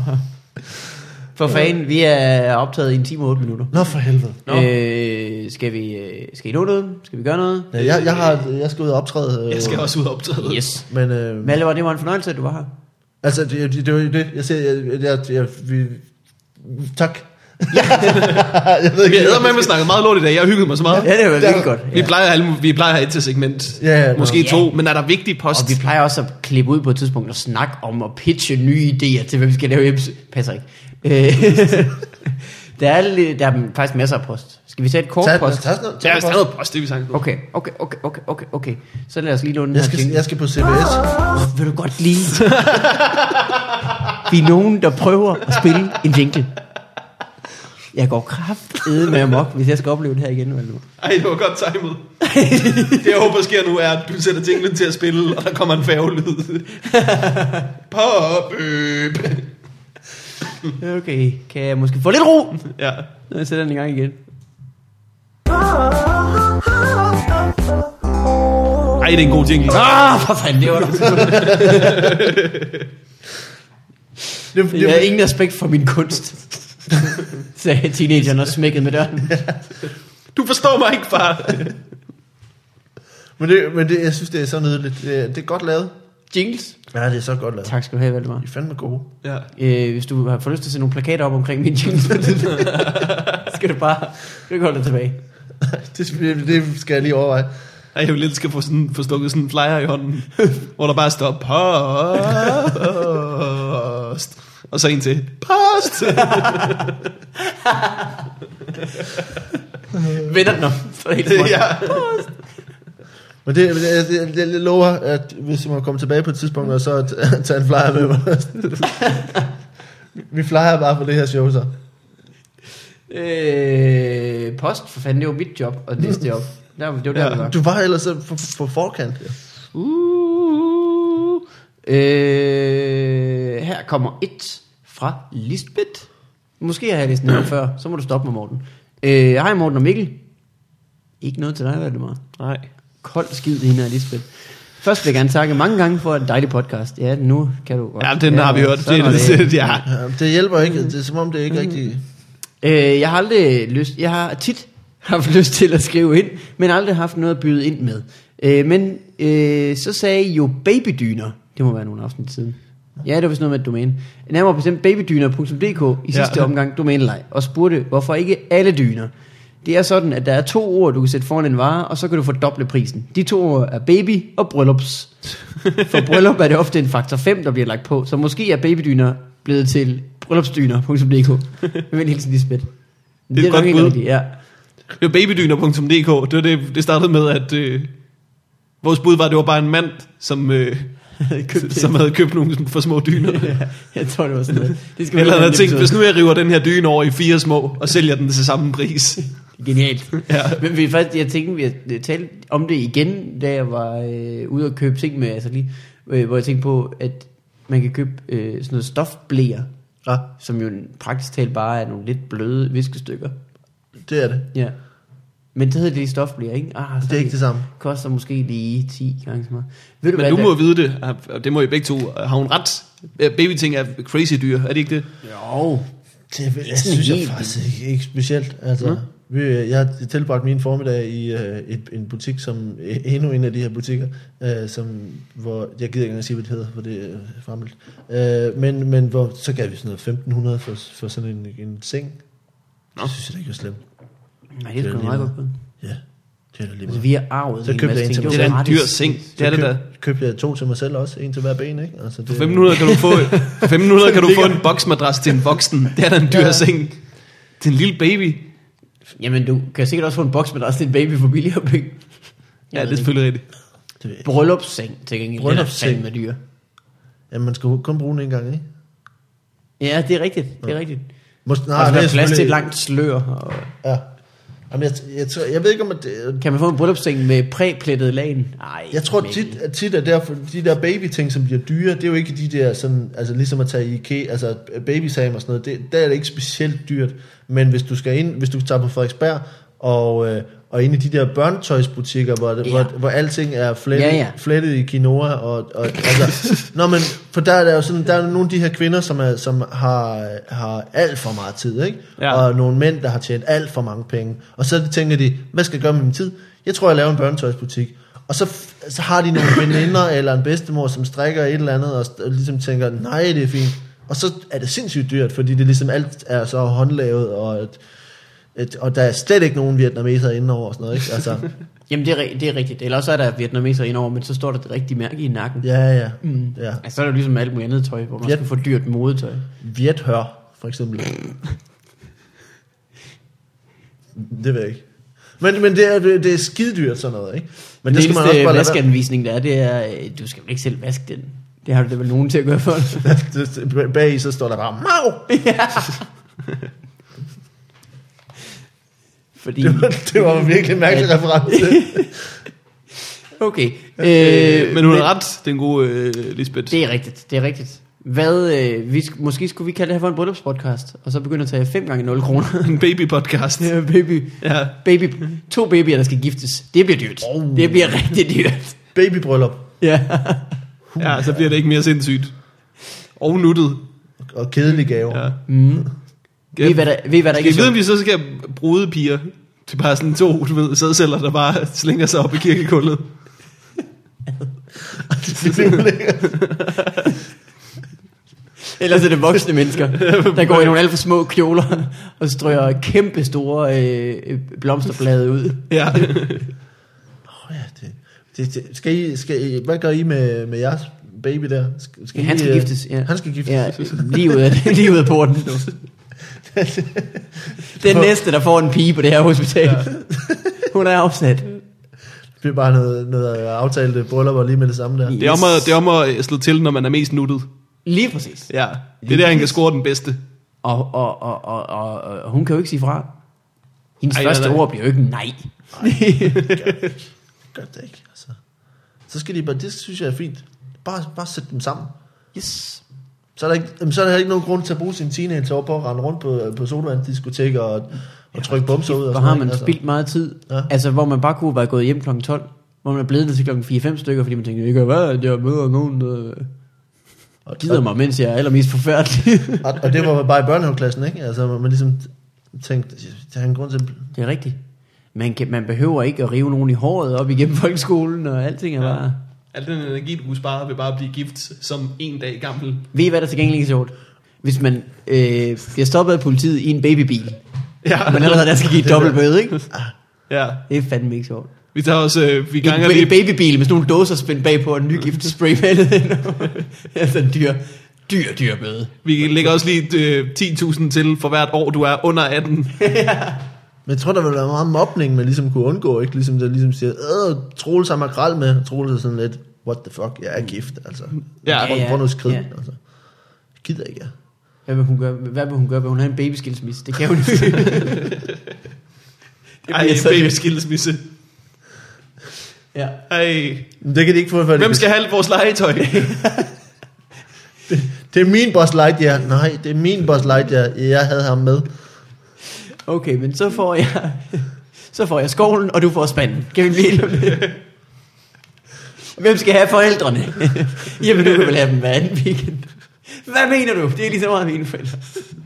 For fanden, vi er optaget i en time og otte minutter. Nå, for helvede. Øh, skal vi øh, skal I nå noget? Skal vi gøre noget? Ja, jeg, jeg, har, jeg skal ud og optræde. øh, Jeg skal også ud og optræde. Yes. Men, øh, Malle, det var en fornøjelse, at du var her. altså, det, det, det var jo det. Jeg siger, jeg, jeg, jeg, vi, tak. jeg ved Vi havde med at snakke meget lort i dag. Jeg hyggede mig så meget. Ja, det var Ja. virkelig godt. Vi plejer, alle, vi plejer at have et til segment. Ja, ja, nå. Måske Ja. to, men er der vigtig post? Og vi plejer også at klippe ud på et tidspunkt og snakke om at pitche nye idéer til, hvad vi skal lave hjemme. Passer ikke. Øh, der, er, lidt- der er faktisk masser af post. Skal vi tage et kort Tag, post? tag, tag, Ja, tag, der er noget post, det vi sagde. Okay, okay, okay, okay, okay, okay. Så lad os lige låne den jeg, her skal, jingle. jeg skal på C B S. Åh, vil du godt lide? Vi er nogen, der prøver at spille en jingle. Jeg går kraftedeme med amok, hvis jeg skal opleve det her igen. Vel nu. Ej, det var godt timet. Det jeg håber sker nu er, at du sætter jinglen til at spille, og der kommer en færgelyd. Pop, øb. Okay, kan jeg måske få lidt ro? Ja. Når jeg sætter den i gang igen. Ej, det er en god jingle. Ah, for fanden, det var da. Det, det, Jeg har ingen respekt for min kunst, sagde teenageren og smækkede med døren. Du forstår mig ikke, far. men det, men det, jeg synes, det er så nydeligt. Det, er- det er godt lavet. Jingles. Ja, det er så godt lavet. Tak skal du have, Valdemar. De er fandme gode. Ja. Øh, hvis du har fået lyst til at se nogle plakater op omkring min jingles, skal du bare skal du holde dig tilbage. det, det skal jeg lige overveje. Ej, jeg vil lidt skal få, sådan, få stukket sådan en flyer i hånden, hvor der bare står post, og så en til post. Vender den om. Så helt småt. Ja. Men det, det, det, jeg lover, at hvis man kommer tilbage på et tidspunkt, og så t- tage en flyer med mig. Vi flyer bare på det her show, så. Øh, post, for fanden, det var mit job, og liste op. Der, det var der, Ja. vi var. Du var ellers på, på forkant. Ja. Uh, øh, her kommer et fra Lisbeth. Måske har jeg læst den her før, så må du stoppe mig, Morten. Øh, hej Morten og Mikkel. Ikke noget til dig, hvad det var? Nej. Kold skid, hende her, Lisbeth. Først vil jeg gerne takke mange gange for en dejlig podcast. Ja, nu kan du godt. Ja, den har vi hørt. sådan Det, var det, det, ja. Ja, det hjælper ikke. Det er som om, det ikke rigtig... Øh, jeg har aldrig lyst, jeg har tit haft lyst til at skrive ind, men aldrig haft noget at byde ind med. Øh, men øh, så sagde I jo babydyner. Det må være nogle afsnit siden. Ja, det var vist noget med et domæne. Nærmere bestemt babydyner punktum d k i sidste Ja. omgang domæneleg, og spurgte, hvorfor ikke alle dyner? Det er sådan, at der er to ord, du kan sætte foran en vare, og så kan du fordoble prisen. De to ord er baby og bryllups. For bryllup er det ofte en faktor fem, der bliver lagt på, så måske er babydyner blevet til bryllupsdyner punktum d k. Med en hilsen, Lisbeth. Det er et nok godt ikke bud. rigtigt, ja. Det var babydyner punktum d k. Det, var det, det startede med, at øh, vores bud var, at det var bare en mand, som, øh, som havde købt nogle for små dyner. Ja, jeg tror, det var sådan noget. Det skal Eller han være havde en tænkt, episode. hvis nu jeg river den her dyne over i fire små, og sælger den til samme pris. Genialt. Ja. Men vi faktisk, jeg tænkte, vi talte om det igen, da jeg var øh, ude og købe ting med, altså lige, øh, hvor jeg tænkte på, at man kan købe øh, sådan noget stofbleer, Ja, som jo praktisk talt bare er nogle lidt bløde viskestykker. det er det. Ja. Men det hedder det lige stofbleer, ikke? Ah, så Det er ikke det samme. koster måske lige ti gange så meget. Ved du Men hvad, du der- må vide det, og det må I begge to. Har hun ret? Babyting er crazy dyr, er det ikke det? Jo. Det, Det er jeg sådan synes jeg helt faktisk ikke, ikke specielt. Altså, Mm. vi, jeg har tilbragt min formiddag i uh, et, en butik, som endnu en af de her butikker, uh, som, hvor jeg gider ikke engang sige, hvad det hedder, for det er fremmelt. Uh, men, men hvor, så gav vi sådan noget femten hundrede for, for sådan en, en seng. Nå. Det synes jeg da ikke var slemt. Nej, det er Det er sgu lige meget meget. godt. Ja, det er da lige Altså, meget. vi har arvet Så en købte masse jeg en ting. til Det Det er var da en gratis. dyr seng. Så Det er det køb, da. købte jeg to til mig selv også, en til hver ben, ikke? Altså, det, For femten hundrede kan du få, for femten hundrede kan du få en boksmadras til en voksen. Det er da en dyr Ja. seng. Til en lille baby. Jamen, du kan sikkert også få en boks med dig til en baby for billigere penge. Ja, det er selvfølgelig rigtigt. det ved jeg ikke. Bryllupsseng til gengæld. Bryllupsseng. Den er fandme dyr. Jamen, man skal jo kun bruge den en gang, ikke? Ja, det er rigtigt. Det er rigtigt. Måske, Nej, og det der er er plads til et selvfølgelig- langt slør. Og Ja. Jamen, jeg, jeg, tror, jeg ved ikke, om at det, kan man få en bryllupsseng med præplettet lagen? Nej. jeg tror tit, at tit er derfor, de der babyting, som bliver dyre, det er jo ikke de der sådan, altså ligesom at tage i IKEA, altså babysam og sådan noget, det, der er det ikke specielt dyrt, men hvis du skal ind, hvis du tager på Frederiksberg, og, øh, og ind i de der børnetøjsbutikker, hvor, det, Ja. hvor, hvor alting er flettet, Ja, ja. flettet i quinoa, og, og altså, nå, men, for der er der jo sådan, der er nogle af de her kvinder, som, er, som har, har alt for meget tid, ikke? Ja. Og nogle mænd, der har tjent alt for mange penge, og så tænker de, hvad skal jeg gøre med min tid? Jeg tror, jeg laver en børnetøjsbutik. Og så, så har de nogle veninder eller en bedstemor, som strikker et eller andet, og, og ligesom tænker, nej, det er fint. Og så er det sindssygt dyrt, fordi det ligesom alt er så håndlavet, og, et, et, og der er slet ikke nogen vietnameser inde over og sådan noget, ikke? Altså, Jamen, det er, ri- det er rigtigt. Eller også er der vietnameser indover, men så står der det rigtige mærke i nakken. ja, ja, Mm. ja. Altså, så er det jo ligesom alt muligt andet tøj, hvor man Ja. skal få dyrt modetøj. Viethør, for eksempel. Det ved jeg ikke. Men, men det, er, det, det er skidedyrt sådan noget, ikke? Men Men det skal man også bare lade være- vaskeanvisning, der er, det er, øh, du skal vel ikke selv vaske den. Det har du da vel nogen til at gøre for dig. Det- Bag i så står der bare Mau! Fordi, Det var, det var virkelig en mærkelig Ja. reference. okay. Øh, Øh, men hun har ret, den gode øh, Lisbeth. Det er rigtigt, det er rigtigt. Hvad, øh, vi, sk- måske skulle vi kalde det her for en bryllupspodcast, og så begynde at tage fem gange nul kroner. En baby-podcast. Ja, baby. Ja. Baby. To babyer, der skal giftes. Det bliver dyrt. Oh. Det bliver rigtig dyrt. Babybryllup Ja. Ja, så bliver det ikke mere sindssygt. Og nuttet. og kedelige gaver. Ja. Mm. Ved I, hvad der, ved I, hvad der Skal ikke vi er vide, om sjovt? vi så skal brude piger til bare sådan to, du ved, sædceller, der bare slinger sig op i kirkekullet? Det er jo lækkert. Ellers er det voksne mennesker, der går i nogle alt for små kjoler og strøger kæmpe store øh, blomsterblade ud. Ja. Åh oh, ja, det, det, det, skal I, skal I, hvad gør I med, med jeres baby der? Skal, skal Han I, skal øh, giftes, ja. Han skal giftes. Ja, lige ud af, lige ud af porten. Den næste, der får en pige på det her hospital. Ja. Hun er afsat. Det er bare noget, noget aftalt bryllupper lige med det samme der. Det er om at, det er om at slå til, når man er mest nuttet. Lige præcis. Ja, det er der, han kan score den bedste. Og, og, og, og, og, og hun kan jo ikke sige fra. Hendes Ej, Ej, første nej, nej. ord bliver jo ikke nej. Gør det ikke. Altså. Så skal de bare, det synes jeg er fint. Bare, bare sætte dem sammen. Yes. Så er, der ikke, jamen, så er der ikke nogen grund til at bruge sin teenager på at rende rundt på, på sodavandsdiskoteker og, og trykke bumser ud. Og Hvor sådan har noget, man altså. spildt meget tid. Ja. Altså, hvor man bare kunne være gået hjem klokken tolv. Hvor man er blevet ned til klokken fire fem stykker, fordi man tænker, det kan være, at jeg møder nogen, der Og, gider og, mig, mens jeg er allermest forfærdelig. og, og det var bare i børnehaveklassen, ikke? Altså, man ligesom tænkte, der er en grund til... Det er rigtigt. Man, kan, man behøver ikke at rive nogen i håret op igennem folkeskolen, og alting er Ja. bare... Al den energi, du kunne spare, vil bare blive gift som en dag gammel. Ved I, hvad der til gengæld ikke er sjovt? Hvis man øh, bliver stoppet af politiet i en babybil, Ja, og man allerede der skal give et dobbelt bøde, ikke? ja. Det er fandme ikke sjovt. Vi tager også, øh, vi En, ganger en lige... babybil med sådan nogle dåser spændt bagpå, og en nygift spraymalet ind. Altså en dyr, dyr, dyr bøde. Vi lægger også lige øh, ti tusind til for hvert år, du er under atten. Men jeg tror, der ville være meget mobning, man ligesom kunne undgå, ikke? Ligesom der ligesom siger, øh, Troels har makrel med. Troels er sådan lidt, what the fuck, jeg er gift, altså. Ja. Prøv, Ja, ja. prøv nu at skride, Ja. altså. Jeg gider ikke, ja. Hvad vil hun gøre? Hvad vil hun gøre? Vil hun have en babyskilsmisse? Det kan hun ikke. Ej, bliver så baby dyrt. skilsmisse. Ja. Ej. Men det kan de ikke få, før Hvem de... skal have alt vores legetøj? Det er min Buzz Lightyear. Nej, det er min Buzz Lightyear. Jeg havde ham med. Okay, men så får jeg... Så får jeg skovlen, og du får spanden. Kan vi blive enige om det? Hvem skal have forældrene? Jamen, du kan vel have dem hver anden weekend. Hvad mener du? Det er lige så meget mine forældre.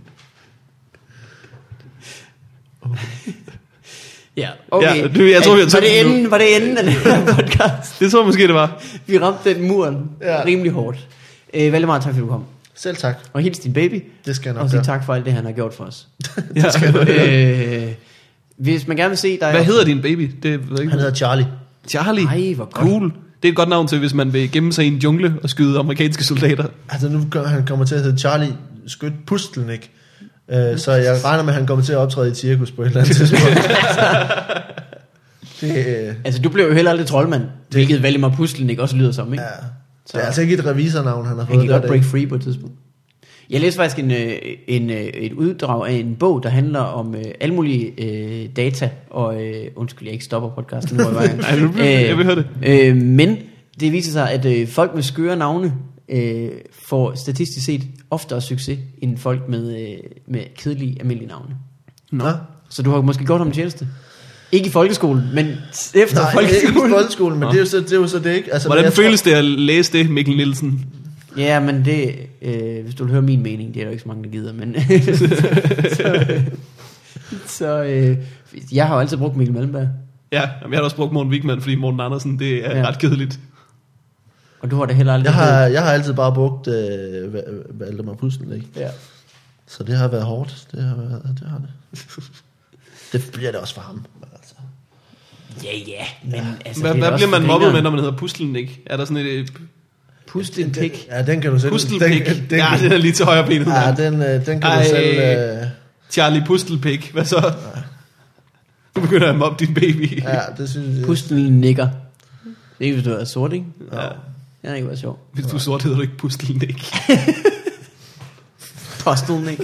Ja, okay. Ja, du, jeg tror, vi har var, det tømt den nu. enden, var det enden af den her podcast? Det tror jeg måske, det var. Vi ramte den muren Ja. rimelig hårdt. Øh, Valdemar, tak fordi du kom. Selv tak. Og hils din baby. Det skal jeg nok Og sig gøre. tak for alt det, han har gjort for os. Ja. øh, hvis man gerne vil se dig... Hvad hedder din baby? Det ved jeg ikke. Han hedder Charlie. Charlie. Ej, hvor godt. Cool. Det er et godt navn til, hvis man vil gemme sig i en jungle og skyde amerikanske soldater. Altså nu gør han kommer til at hedde Charlie Skyt Pustelnik. Uh, så jeg regner med, at han kommer til at optræde i et cirkus på et eller andet tidspunkt. det, uh, Altså, du blev jo heller aldrig troldmand, hvilket Valdemar Puslen ikke også lyder som, ikke? ja. Det er altså ikke et revisornavn, han har Han fået. kan der godt i break dag. free på et tidspunkt. Jeg læste faktisk en, øh, en, øh, et uddrag af en bog, der handler om øh, alle mulige øh, data, og øh, undskyld, jeg ikke stopper podcasten nu. Ej, nu vil- jeg vil høre det. Øh, men det viser sig, at øh, folk med skøre navne øh, får statistisk set oftere succes, end folk med, øh, med kedelige, almindelige navne. Nå. Så du har måske gjort ham en tjeneste. Ikke i folkeskolen, men efter Nej, ikke i folkeskolen. folkeskolen, men det er, jo så, det er jo så det ikke. Altså, men Hvordan jeg føles det at læse det, Mikkel Nielsen? Ja, men det, øh, hvis du vil høre min mening, det er der ikke så mange, der gider, men så, øh, så øh, jeg har jo altid brugt Mikkel Malmberg, Ja, jamen, jeg har også brugt Morten Wigman, fordi Morten Andersen, det er Ja. ja. ret kedeligt. og du har da heller aldrig Jeg har, heddet- jeg har altid bare brugt øh, Va- Valdemar Pustelnik. Ja. Så det har været hårdt. Det har, været, det, har det. Det bliver det også for ham. Altså. Ja, ja, men altså, Hvad, det er hvad da bliver også man for mobbet med, grineren. når man hedder Puslen, ikke? Er der sådan et øh, Pust en pik. Ja, den kan du selv. pustelpik? Den, den, Ja, den er lige til højre benet. ja, Ja, den, øh, den kan Ej. du selv... Øh, Charlie Pustelpik, hvad så? Nu begynder jeg at mobbe din baby. ja, det synes jeg... Pustel nikker. Det er ikke, hvis du er sort, ikke? Ja. Det har ikke været sjovt. Hvis du er sort, hedder du ikke Puslen, ikke? Postel nikker.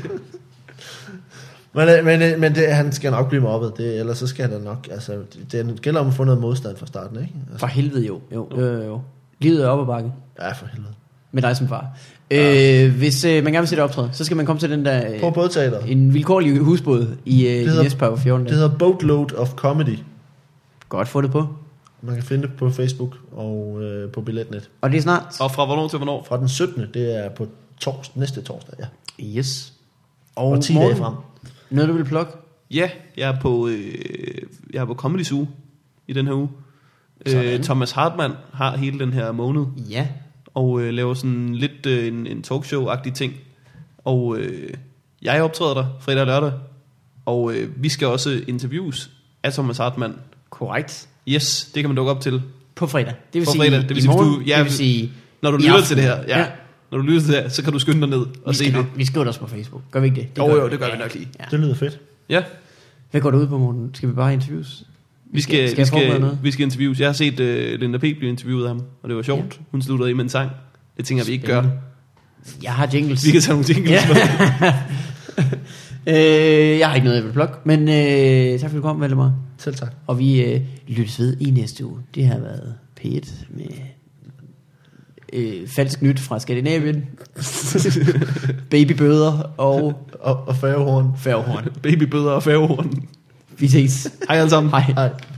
Men, øh, men, øh, men det, han skal nok blive mobbet, det, ellers så skal han da nok... Altså, det, det gælder om at få noget modstand fra starten, ikke? Altså, For helvede jo. Jo, jo, jo, jo. Livet er op ad bakke. ja, for helvede. Med dig som far. Øh, hvis øh, man gerne vil se det optræde, så skal man komme til den der... Øh, På bådteater. en vilkårlig husbåd i øh, de hedder- næste par fjorten Det dage. hedder Boatload of Comedy. Godt få det på. Man kan finde det på Facebook og øh, på Billetnet. Og det er snart. Og fra hvornår til hvornår? Fra den syttende, det er på torsdag, næste torsdag, ja. Yes. Og, og ti dage Morten, frem. noget du vil plukke? Ja, jeg er på, øh, jeg er på Comedy Zoo i den her uge. Sådan. Øh, Thomas Hartmann har hele den her måned. Ja. og øh, laver sådan lidt øh, en, en talkshow-agtig ting. Og øh, jeg optræder der fredag og lørdag, og øh, vi skal også interviews af Thomas Hartmann. Korrekt. Yes, det kan man dukke op til. På fredag. Det vil På sige fredag. Det vil i sige, hvis morgen. du- ja, det vil sige Når du i lytter aften. til det her, ja. Ja. Når du lytter til det her, så kan du skynde dig ned og Vi, se skal det. nok, vi skriver det også på Facebook. Gør vi ikke det? det Jo, gør jo, det gør vi nok lige. Ja. Det lyder fedt. Ja, Hvad går du ud på, Morten? Skal vi bare interviews? vi skal, skal vi jeg forberede skal, noget? vi skal interviews. Jeg har set uh, Linda P. blive interviewet af ham, og det var sjovt. Ja. Hun sluttede i med en sang. Det tænker jeg, vi ikke gør. Spændende. Jeg har jingles. Vi kan tage nogle jingles Ja. med. øh, jeg har ikke noget, jeg vil plukke. Men øh, tak fordi du kom, Valdemar. Selv tak. Og vi øh, lyttes ved i næste uge. Det har været P et med øh, falsk nyt fra Skandinavien. Babybøder og Og, og færgehorn. færgehorn. Babybøder og færgehorn. Vi ses. Hej alle sammen. Hej. Hej.